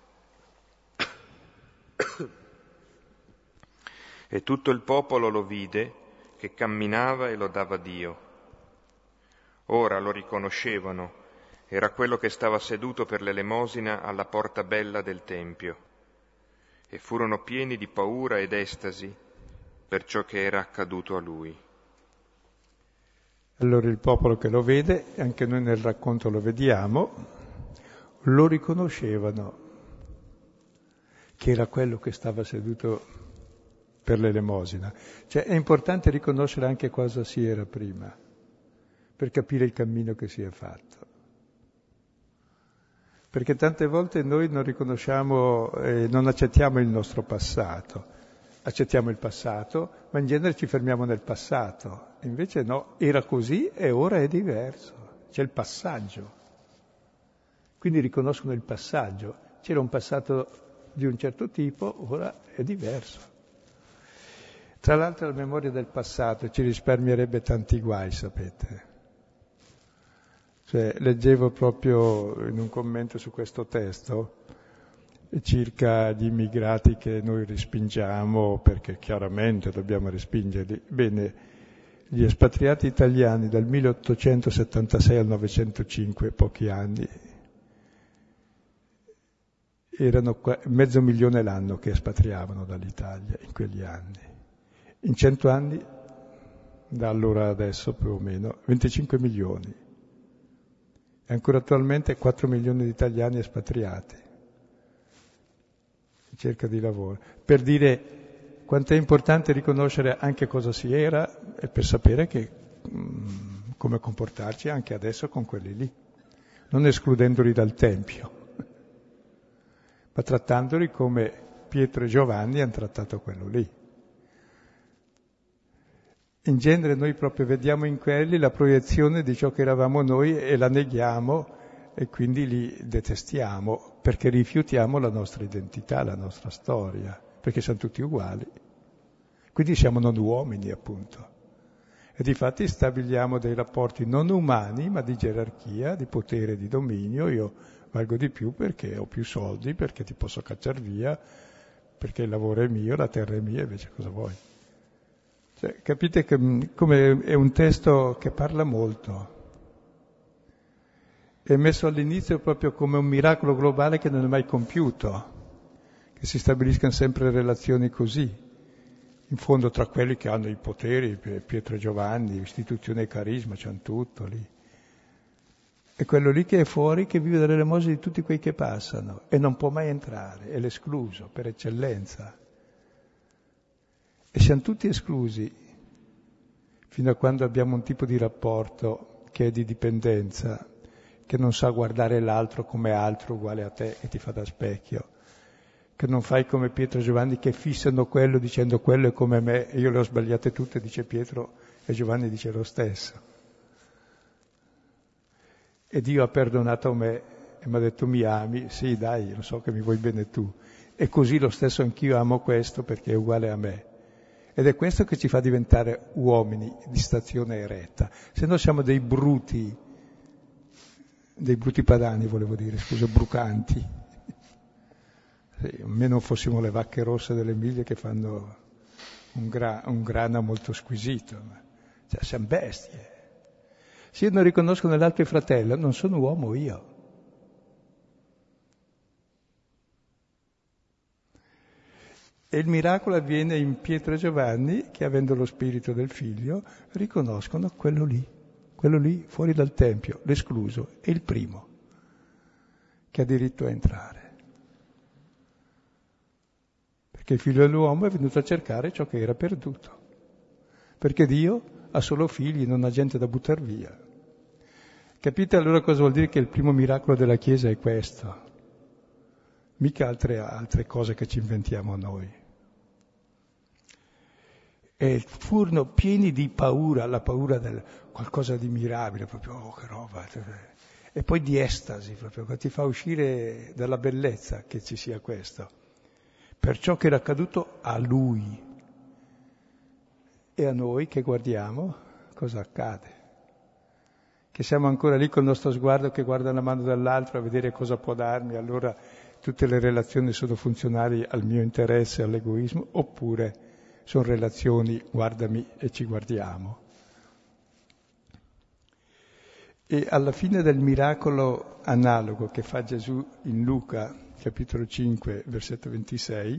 E tutto il popolo lo vide, che camminava e lodava Dio. Ora lo riconoscevano, era quello che stava seduto per l'elemosina alla porta bella del Tempio, e furono pieni di paura ed estasi per ciò che era accaduto a lui. Allora il popolo che lo vede, e anche noi nel racconto lo vediamo, lo riconoscevano che era quello che stava seduto per l'elemosina. Cioè è importante riconoscere anche cosa si era prima, per capire il cammino che si è fatto. Perché tante volte noi non riconosciamo e non accettiamo il nostro passato. Accettiamo il passato, ma in genere ci fermiamo nel passato. Invece no, era così e ora è diverso. C'è il passaggio. Quindi riconoscono il passaggio. C'era un passato di un certo tipo, ora è diverso. Tra l'altro la memoria del passato ci risparmierebbe tanti guai, sapete. Cioè, leggevo proprio in un commento su questo testo circa gli immigrati che noi respingiamo, perché chiaramente dobbiamo respingerli. Bene, gli espatriati italiani dal milleottocentosettantasei al novecentocinque, pochi anni, erano mezzo milione l'anno che espatriavano dall'Italia in quegli anni. In cento anni, da allora adesso più o meno, venticinque milioni. E ancora attualmente quattro milioni di italiani espatriati in cerca di lavoro. Per dire quanto è importante riconoscere anche cosa si era e per sapere che, mh, come comportarci anche adesso con quelli lì, non escludendoli dal Tempio, ma trattandoli come Pietro e Giovanni hanno trattato quello lì. In genere noi proprio vediamo in quelli la proiezione di ciò che eravamo noi e la neghiamo e quindi li detestiamo perché rifiutiamo la nostra identità, la nostra storia, perché siamo tutti uguali. Quindi siamo non uomini, appunto. E difatti stabiliamo dei rapporti non umani, ma di gerarchia, di potere, di dominio. Io valgo di più perché ho più soldi, perché ti posso cacciar via, perché il lavoro è mio, la terra è mia, invece cosa vuoi? Cioè, capite che come è un testo che parla molto. È messo all'inizio proprio come un miracolo globale che non è mai compiuto, che si stabiliscano sempre relazioni così, in fondo tra quelli che hanno i poteri, Pietro e Giovanni, istituzione e carisma, c'hanno tutto lì. E quello lì che è fuori, che vive dall'elemosina di tutti quei che passano, e non può mai entrare, è l'escluso per eccellenza. E siamo tutti esclusi, fino a quando abbiamo un tipo di rapporto che è di dipendenza, che non sa guardare l'altro come altro uguale a te, che ti fa da specchio, che non fai come Pietro e Giovanni che fissano quello dicendo quello è come me, e io le ho sbagliate tutte, dice Pietro, e Giovanni dice lo stesso. E Dio ha perdonato me e mi ha detto mi ami, sì dai, lo so che mi vuoi bene tu, e così lo stesso anch'io amo questo perché è uguale a me. Ed è questo che ci fa diventare uomini di stazione eretta. Se no siamo dei bruti, dei bruti padani volevo dire, scusa, brucanti. Sì, almeno fossimo le vacche rosse dell'Emilia che fanno un, gra- un grana molto squisito. Cioè, siamo bestie. Se io non riconosco nell'altro il fratello, non sono uomo io. E il miracolo avviene in Pietro e Giovanni che, avendo lo spirito del figlio, riconoscono quello lì, quello lì fuori dal Tempio, l'escluso, è il primo che ha diritto a entrare. Perché il figlio dell'uomo è venuto a cercare ciò che era perduto. Perché Dio ha solo figli, non ha gente da buttar via. Capite allora cosa vuol dire che il primo miracolo della Chiesa è questo? Mica altre, altre cose che ci inventiamo noi. E furono pieni di paura, la paura del qualcosa di mirabile, proprio, oh che roba, e poi di estasi, proprio, che ti fa uscire dalla bellezza che ci sia questo, per ciò che era accaduto a lui. E a noi che guardiamo, cosa accade? Che siamo ancora lì col nostro sguardo che guarda la mano dell'altro a vedere cosa può darmi, allora tutte le relazioni sono funzionali al mio interesse, all'egoismo, oppure sono relazioni guardami e ci guardiamo. E alla fine del miracolo analogo che fa Gesù in Luca, capitolo cinque, versetto ventisei,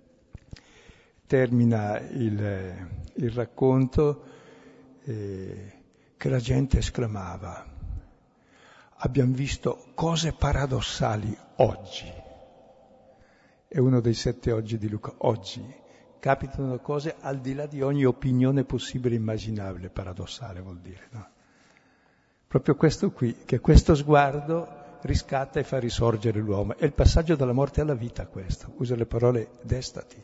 termina il, il racconto eh, che la gente esclamava: abbiamo visto cose paradossali oggi. È uno dei sette oggi di Luca. Oggi capitano cose al di là di ogni opinione possibile e immaginabile, paradossale vuol dire, no? Proprio questo qui, che questo sguardo riscatta e fa risorgere l'uomo. È il passaggio dalla morte alla vita questo, usa le parole destati.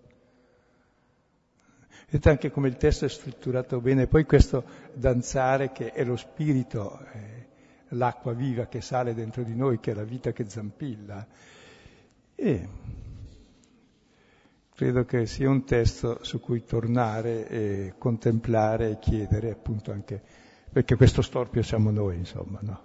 Vedete anche come il testo è strutturato bene, poi questo danzare che è lo spirito, eh, l'acqua viva che sale dentro di noi, che è la vita che zampilla. E credo che sia un testo su cui tornare e contemplare e chiedere, appunto anche, perché questo storpio siamo noi, insomma, no?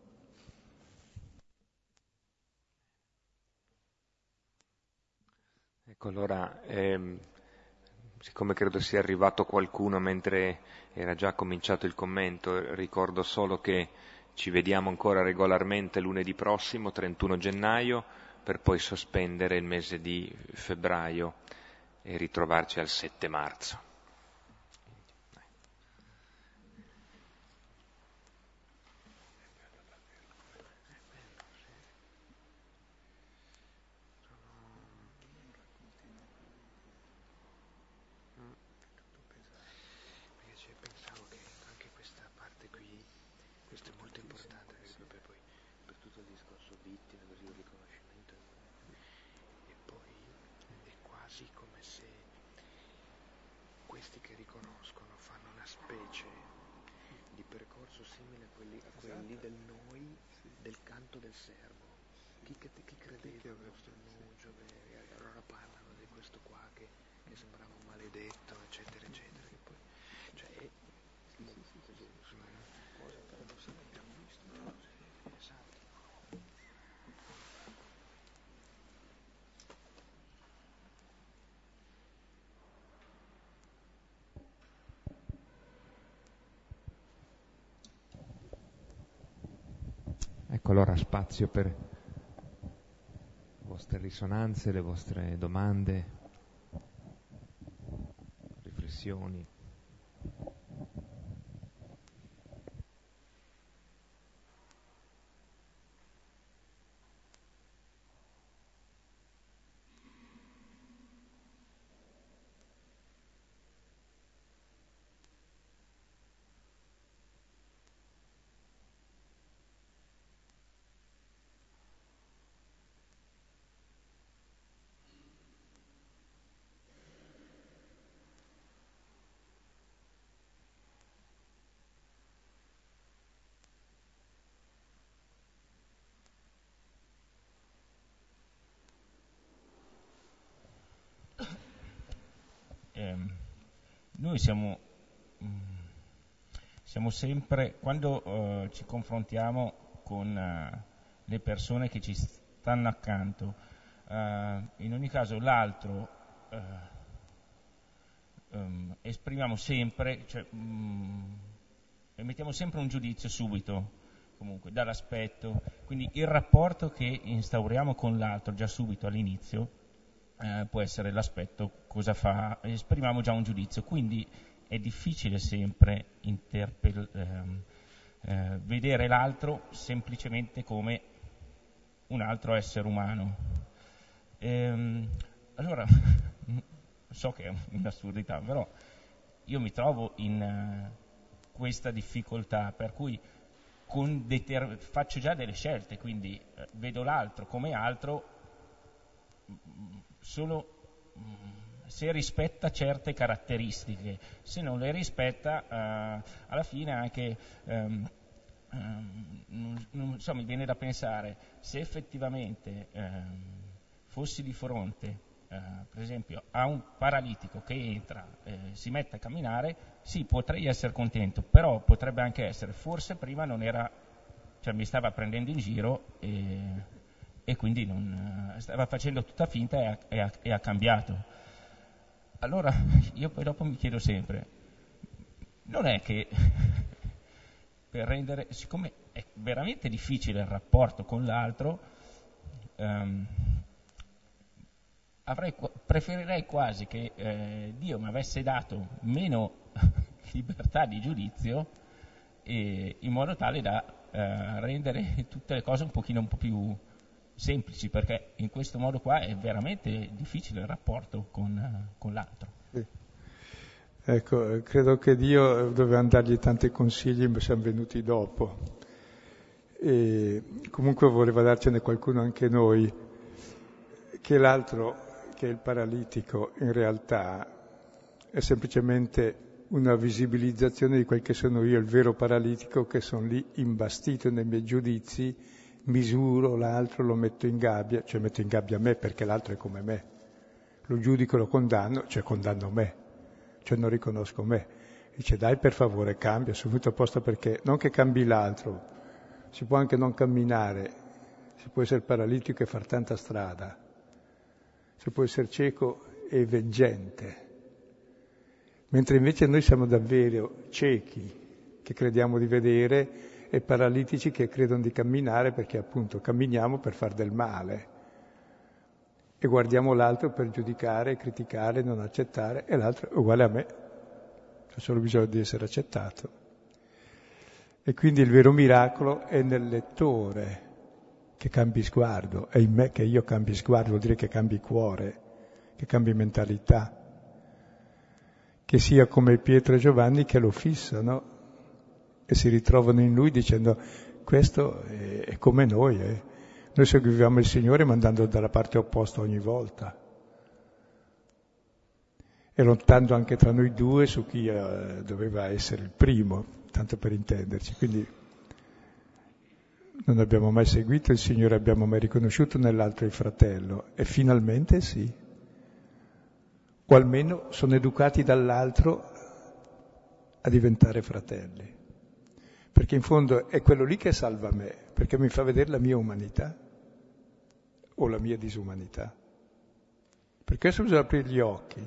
Ecco, allora, ehm, siccome credo sia arrivato qualcuno mentre era già cominciato il commento, ricordo solo che ci vediamo ancora regolarmente lunedì prossimo, trentuno gennaio, per poi sospendere il mese di febbraio e ritrovarci al sette marzo. Pensavo che anche questa parte qui, questo è molto importante, perché poi per tutto il discorso vittime, così il riconoscimento, e poi è quasi come se questi che riconoscono fanno una specie di percorso simile a quelli, a quelli del noi, del canto del servo. Chi, chi credeva a questo annuncio, allora parlano di questo qua che, che sembrava un maledetto, eccetera, eccetera. Che poi, cioè, è cosa paradossale abbiamo visto. Esatto. Ecco, allora spazio per le vostre risonanze, le vostre domande, riflessioni. Eh, noi siamo, mh, siamo sempre, quando uh, ci confrontiamo con uh, le persone che ci stanno accanto, uh, in ogni caso l'altro uh, um, esprimiamo sempre, cioè, mh, emettiamo sempre un giudizio subito, comunque, dall'aspetto, quindi il rapporto che instauriamo con l'altro già subito all'inizio eh, può essere l'aspetto cosa fa, esprimiamo già un giudizio, quindi è difficile sempre interpel, ehm, eh, vedere l'altro semplicemente come un altro essere umano. Ehm, allora, so che è un'assurdità, però io mi trovo in uh, questa difficoltà, per cui con deter- faccio già delle scelte, quindi eh, vedo l'altro come altro solo mh, se rispetta certe caratteristiche, se non le rispetta eh, alla fine anche ehm, ehm, non, non so, mi viene da pensare se effettivamente ehm, fossi di fronte eh, per esempio a un paralitico che entra, eh, si mette a camminare, sì, potrei essere contento, però potrebbe anche essere forse prima non era, cioè mi stava prendendo in giro e, e quindi non, stava facendo tutta finta e ha, e, ha, e ha cambiato. Allora io poi dopo mi chiedo sempre, non è che per rendere, siccome è veramente difficile il rapporto con l'altro, ehm, avrei, preferirei quasi che eh, Dio mi avesse dato meno libertà di giudizio, e in modo tale da eh, rendere tutte le cose un pochino un po' più semplici, perché in questo modo qua è veramente difficile il rapporto con, con l'altro. Sì. Ecco, credo che Dio doveva dargli tanti consigli, ma siamo venuti dopo. E comunque voleva darcene qualcuno anche noi, che l'altro, che è il paralitico, in realtà è semplicemente una visibilizzazione di quel che sono io, il vero paralitico, che sono lì imbastito nei miei giudizi, misuro l'altro, lo metto in gabbia, cioè metto in gabbia me perché l'altro è come me, lo giudico, lo condanno, cioè condanno me, cioè non riconosco me. Dice dai per favore cambia, sono venuto apposta perché, non che cambi l'altro, si può anche non camminare, si può essere paralitico e far tanta strada, si può essere cieco e veggente, mentre invece noi siamo davvero ciechi, che crediamo di vedere, e paralitici che credono di camminare perché appunto camminiamo per far del male e guardiamo l'altro per giudicare, criticare, non accettare, e l'altro è uguale a me, c'è solo bisogno di essere accettato. E quindi il vero miracolo è nel lettore che cambi sguardo, è in me che io cambi sguardo, vuol dire che cambi cuore, che cambi mentalità, che sia come Pietro e Giovanni che lo fissano e si ritrovano in lui dicendo questo è, è come noi, eh. Noi seguiamo il Signore mandando dalla parte opposta ogni volta e lottando anche tra noi due su chi eh, doveva essere il primo, tanto per intenderci. Quindi non abbiamo mai seguito il Signore, abbiamo mai riconosciuto nell'altro il fratello, e finalmente sì, o almeno sono educati dall'altro a diventare fratelli. Perché in fondo è quello lì che salva me, perché mi fa vedere la mia umanità o la mia disumanità. Per questo bisogna aprire gli occhi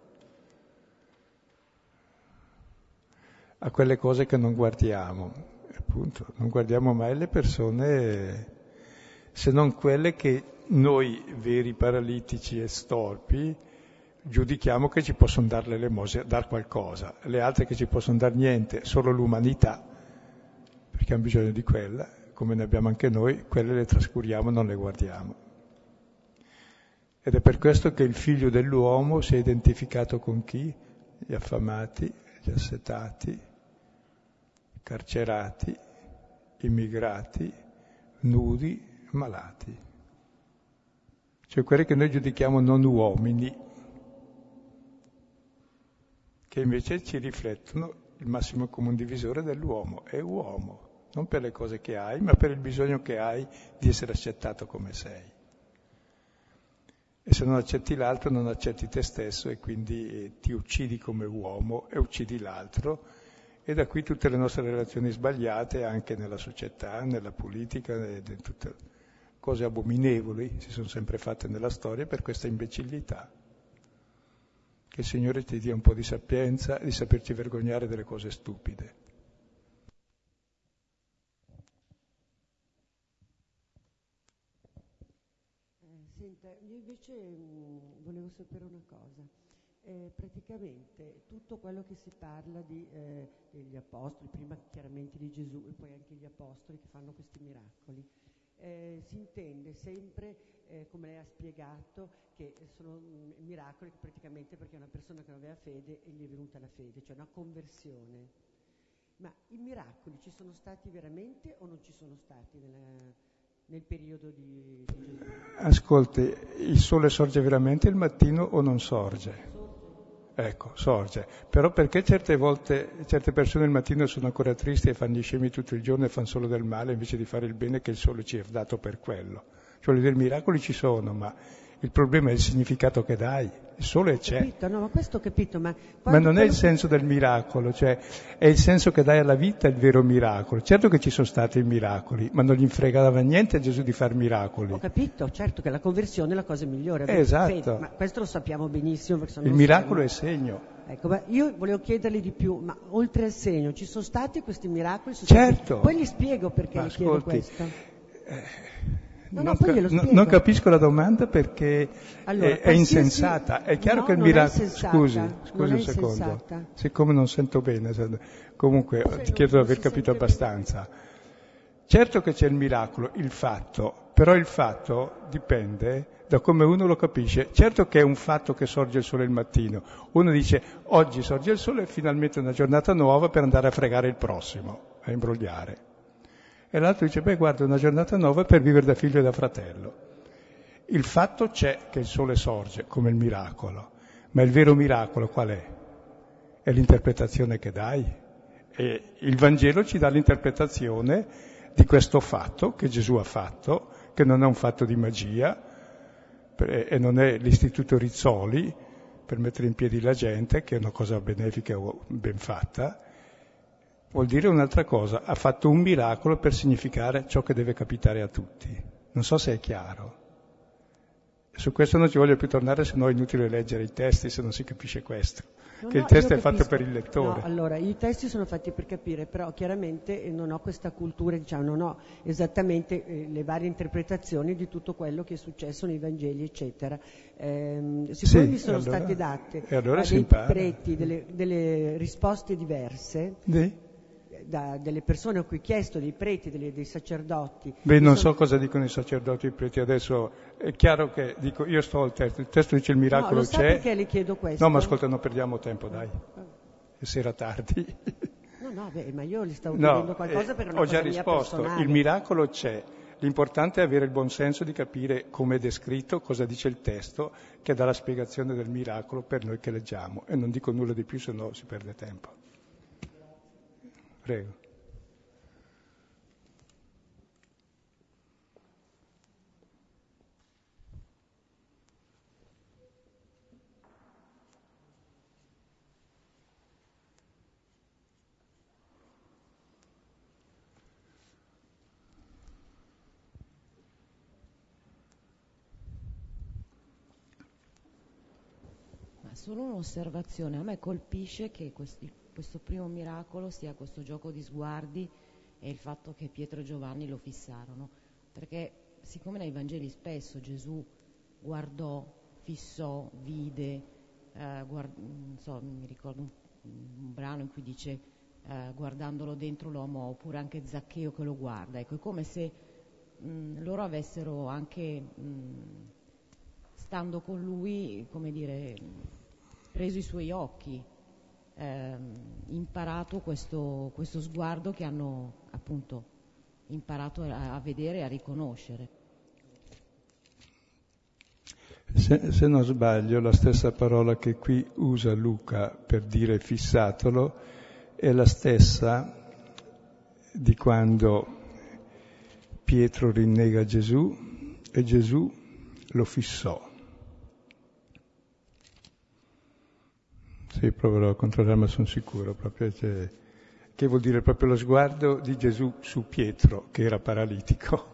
a quelle cose che non guardiamo. E appunto, non guardiamo mai le persone, se non quelle che noi, veri paralitici e storpi, giudichiamo che ci possono dare l'elemosina, dar qualcosa. Le altre che ci possono dar niente, solo l'umanità, perché hanno bisogno di quella, come ne abbiamo anche noi, quelle le trascuriamo, non le guardiamo. Ed è per questo che il figlio dell'uomo si è identificato con chi? Gli affamati, gli assetati, carcerati, immigrati, nudi, malati. Cioè quelli che noi giudichiamo non uomini, che invece ci riflettono il massimo comune divisore dell'uomo, è uomo. Non per le cose che hai, ma per il bisogno che hai di essere accettato come sei. E se non accetti l'altro, non accetti te stesso e quindi ti uccidi come uomo e uccidi l'altro. E da qui tutte le nostre relazioni sbagliate, anche nella società, nella politica, in tutte cose abominevoli si sono sempre fatte nella storia per questa imbecillità. Che il Signore ti dia un po' di sapienza e di saperci vergognare delle cose stupide. Senta, io invece mh, volevo sapere una cosa. Eh, praticamente tutto quello che si parla di, eh, degli apostoli, prima chiaramente di Gesù e poi anche gli apostoli che fanno questi miracoli, eh, si intende sempre, eh, come lei ha spiegato, che sono mh, miracoli praticamente perché una persona che non aveva fede e gli è venuta la fede, cioè una conversione. Ma i miracoli ci sono stati veramente o non ci sono stati nella... nel periodo di, di Gesù? Ascolti, il sole sorge veramente il mattino o non sorge? Ecco, sorge. Però perché certe volte, certe persone il mattino sono ancora tristi e fanno gli scemi tutto il giorno e fanno solo del male invece di fare il bene che il sole ci è dato per quello? Cioè, i miracoli ci sono, ma il problema è il significato che dai. Il sole c'è. Capito, no, ma questo ho capito, ma... Ma non è il che... senso del miracolo, cioè è il senso che dai alla vita il vero miracolo. Certo che ci sono stati i miracoli, ma non gli fregava niente a Gesù di far miracoli. Ho capito, certo che la conversione è la cosa migliore. Eh, esatto. Fede, ma questo lo sappiamo benissimo. Il miracolo è segno. Ecco, ma io volevo chiedergli di più, ma oltre al segno, ci sono stati questi miracoli? Sono certo. Stati... Poi gli spiego perché ma gli ascolti, chiedo questo. Eh... No, non, no, ca- non capisco la domanda perché allora, è, è insensata. È chiaro no, che il miracolo... Scusi, non scusi un secondo. Siccome non sento bene, comunque ti chiedo di aver capito abbastanza. certo che c'è il miracolo, il fatto, però il fatto dipende da come uno lo capisce. Certo che è un fatto che sorge il sole il mattino. Uno dice, oggi sorge il sole, è finalmente una giornata nuova per andare a fregare il prossimo, a imbrogliare. E l'altro dice, beh, guarda, una giornata nuova per vivere da figlio e da fratello. Il fatto c'è che il sole sorge, come il miracolo, ma il vero miracolo qual è? È l'interpretazione che dai. E il Vangelo ci dà l'interpretazione di questo fatto che Gesù ha fatto, che non è un fatto di magia e non è l'istituto Rizzoli per mettere in piedi la gente, che è una cosa benefica o ben fatta. Vuol dire un'altra cosa, ha fatto un miracolo per significare ciò che deve capitare a tutti. Non so se è chiaro. Su questo non ci voglio più tornare, se no è inutile leggere i testi se non si capisce questo, no, che no, il testo è capisco. fatto per il lettore. No, allora, i testi sono fatti per capire, però chiaramente non ho questa cultura, diciamo, non ho esattamente eh, le varie interpretazioni di tutto quello che è successo nei Vangeli, eccetera. Ehm, siccome Sì, mi sono allora, state date e allora da si dei impara. preti delle, delle risposte diverse, Sì. da delle persone a cui ho chiesto, dei preti, delle, dei sacerdoti. Beh, non sono... so cosa dicono i sacerdoti e i preti adesso. È chiaro che dico, io sto al testo, il testo dice il miracolo no, lo sa c'è. perché le chiedo questo? No, ma ascolta, non perdiamo tempo, dai. È sera tardi. No, no, beh, ma io gli stavo No, chiedendo qualcosa eh, per una ho cosa già mia risposto, personale. il miracolo c'è. L'importante è avere il buon senso di capire come è descritto, cosa dice il testo, che dà la spiegazione del miracolo per noi che leggiamo. E non dico nulla di più, se no si perde tempo. Prego. Solo un'osservazione, a me colpisce che questi, questo primo miracolo sia questo gioco di sguardi e il fatto che Pietro e Giovanni lo fissarono, perché siccome nei Vangeli spesso Gesù guardò, fissò, vide, eh, guard- non so, mi ricordo un, un brano in cui dice eh, guardandolo dentro l'uomo, oppure anche Zaccheo che lo guarda, ecco, è come se mh, loro avessero anche, mh, stando con lui, come dire, preso i suoi occhi, ehm, imparato questo, questo sguardo che hanno appunto imparato a, a vedere e a riconoscere. Se, se non sbaglio, la stessa parola che qui usa Luca per dire fissatolo è la stessa di quando Pietro rinnega Gesù e Gesù lo fissò. Sì, proverò a controllare, ma sono sicuro proprio, cioè, che vuol dire proprio lo sguardo di Gesù su Pietro, che era paralitico,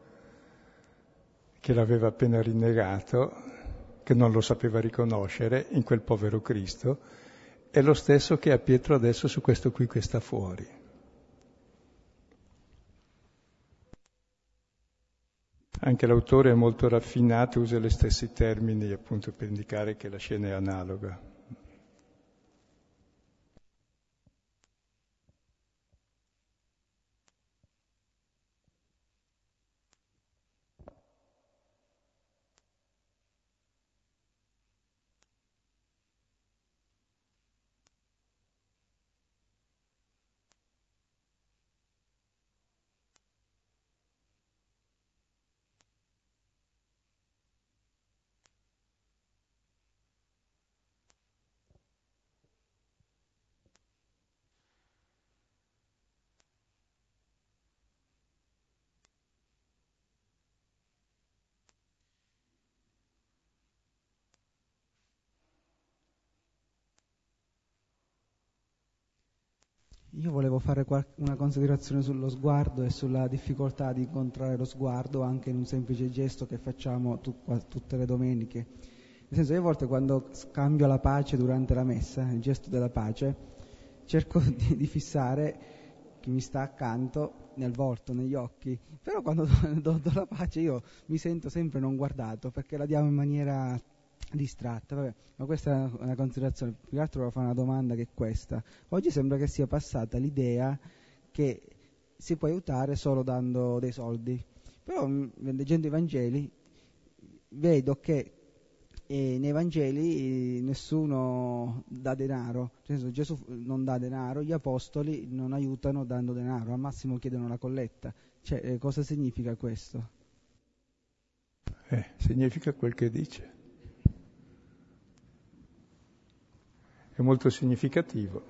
che l'aveva appena rinnegato, che non lo sapeva riconoscere in quel povero Cristo, è lo stesso che ha Pietro adesso su questo qui che sta fuori. Anche l'autore è molto raffinato, usa gli stessi termini appunto per indicare che la scena è analoga. Io volevo fare una considerazione sullo sguardo e sulla difficoltà di incontrare lo sguardo anche in un semplice gesto che facciamo tu, tutte le domeniche. Nel senso, io a volte quando scambio la pace durante la messa, il gesto della pace, cerco di, di fissare chi mi sta accanto nel volto, negli occhi, però quando do, do la pace io mi sento sempre non guardato perché la diamo in maniera distratta. Vabbè, ma questa è una, una considerazione. Più che altro volevo fare una domanda, che è questa: oggi sembra che sia passata l'idea che si può aiutare solo dando dei soldi. Però leggendo i Vangeli vedo che eh, nei Vangeli eh, nessuno dà denaro, nel senso, Gesù non dà denaro, gli apostoli non aiutano dando denaro, al massimo chiedono la colletta. Cioè, eh, cosa significa questo? Eh, significa quel che dice. È molto significativo.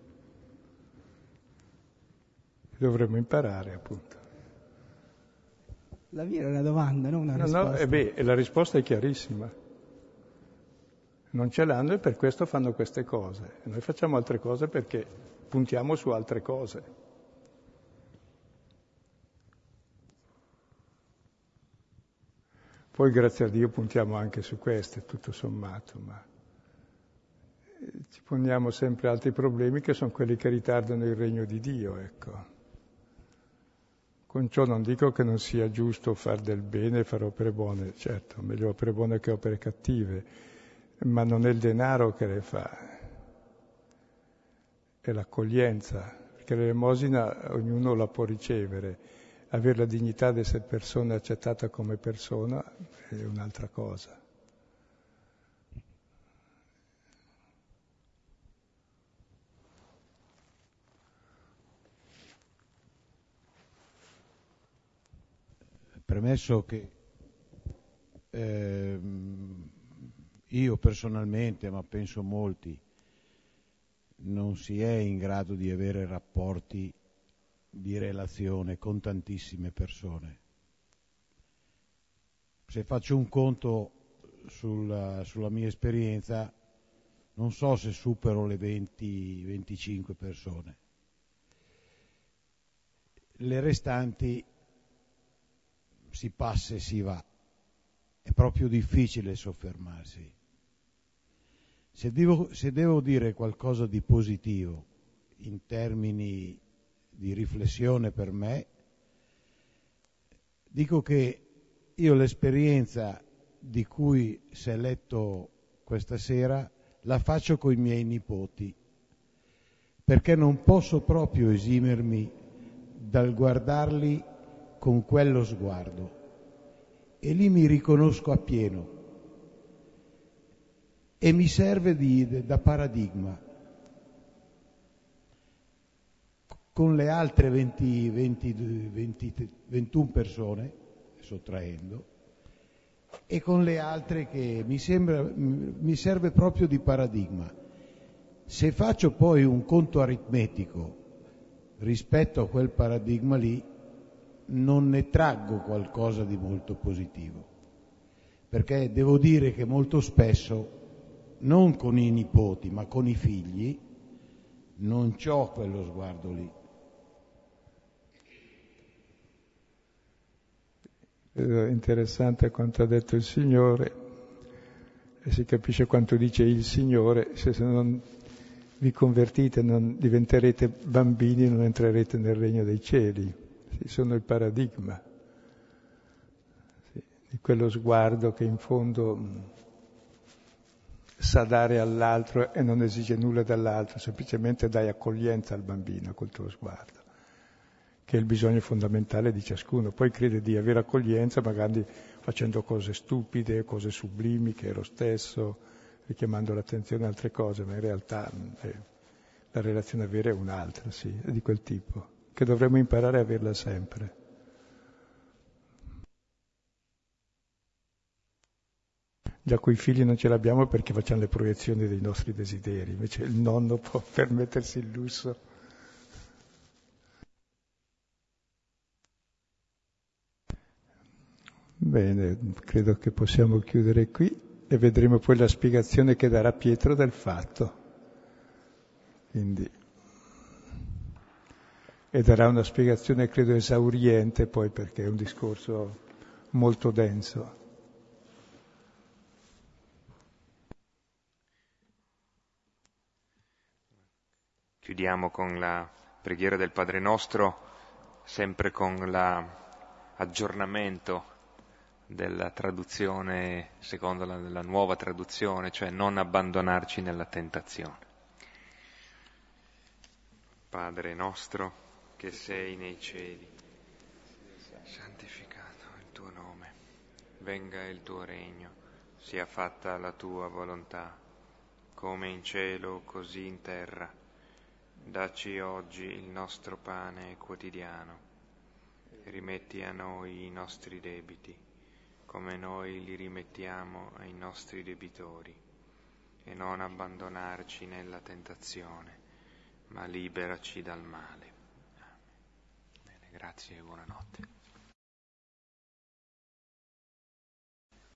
Dovremmo imparare, appunto. La mia era una domanda, non una no, risposta. No, eh beh, la risposta è chiarissima. Non ce l'hanno e per questo fanno queste cose. E noi facciamo altre cose perché puntiamo su altre cose. Poi, grazie a Dio, puntiamo anche su queste, tutto sommato, ma ci poniamo sempre altri problemi che sono quelli che ritardano il regno di Dio, ecco. Con ciò non dico che non sia giusto far del bene e fare opere buone, certo, meglio opere buone che opere cattive, ma non è il denaro che le fa, è l'accoglienza, perché l'elemosina ognuno la può ricevere, avere la dignità di essere persona accettata come persona è un'altra cosa. Premesso che eh, io personalmente, ma penso molti, non si è in grado di avere rapporti di relazione con tantissime persone. Se faccio un conto sulla, sulla mia esperienza, non so se supero le venti venticinque persone. Le restanti si passa e si va, è proprio difficile soffermarsi. Se devo, se devo dire qualcosa di positivo in termini di riflessione per me, dico che io l'esperienza di cui si è letto questa sera la faccio con i miei nipoti, perché non posso proprio esimermi dal guardarli con quello sguardo, e lì mi riconosco appieno e mi serve di, da paradigma. Con le altre venti, venti, venti, ventuno persone, sottraendo, e con le altre che mi, sembra, mi serve proprio di paradigma. Se faccio poi un conto aritmetico rispetto a quel paradigma lì, non ne traggo qualcosa di molto positivo, perché devo dire che molto spesso, non con i nipoti ma con i figli, non c'ho quello sguardo lì. È interessante quanto ha detto il Signore, e si capisce quanto dice il Signore: se non vi convertite non diventerete bambini, non entrerete nel regno dei cieli. Sì, sono il paradigma, sì, di quello sguardo che in fondo mh, sa dare all'altro e non esige nulla dall'altro, semplicemente dai accoglienza al bambino col tuo sguardo, che è il bisogno fondamentale di ciascuno. Poi crede di avere accoglienza magari facendo cose stupide, cose sublimi, che è lo stesso, richiamando l'attenzione a altre cose, ma in realtà eh, la relazione vera è un'altra, sì, è di quel tipo, che dovremmo imparare a averla sempre. Già coi figli non ce l'abbiamo perché facciamo le proiezioni dei nostri desideri, invece il nonno può permettersi il lusso. Bene, credo che possiamo chiudere qui e vedremo poi la spiegazione che darà Pietro del fatto. Quindi, e darà una spiegazione credo esauriente poi, perché è un discorso molto denso. Chiudiamo con la preghiera del Padre Nostro, sempre con l'aggiornamento della traduzione, secondo la, la nuova traduzione, cioè non abbandonarci nella tentazione. Padre nostro, che sei nei cieli, santificato il tuo nome, venga il tuo regno, sia fatta la tua volontà, come in cielo così in terra. Dacci oggi il nostro pane quotidiano, e rimetti a noi i nostri debiti, come noi li rimettiamo ai nostri debitori, e non abbandonarci nella tentazione, ma liberaci dal male. Amen. Bene, grazie e buonanotte.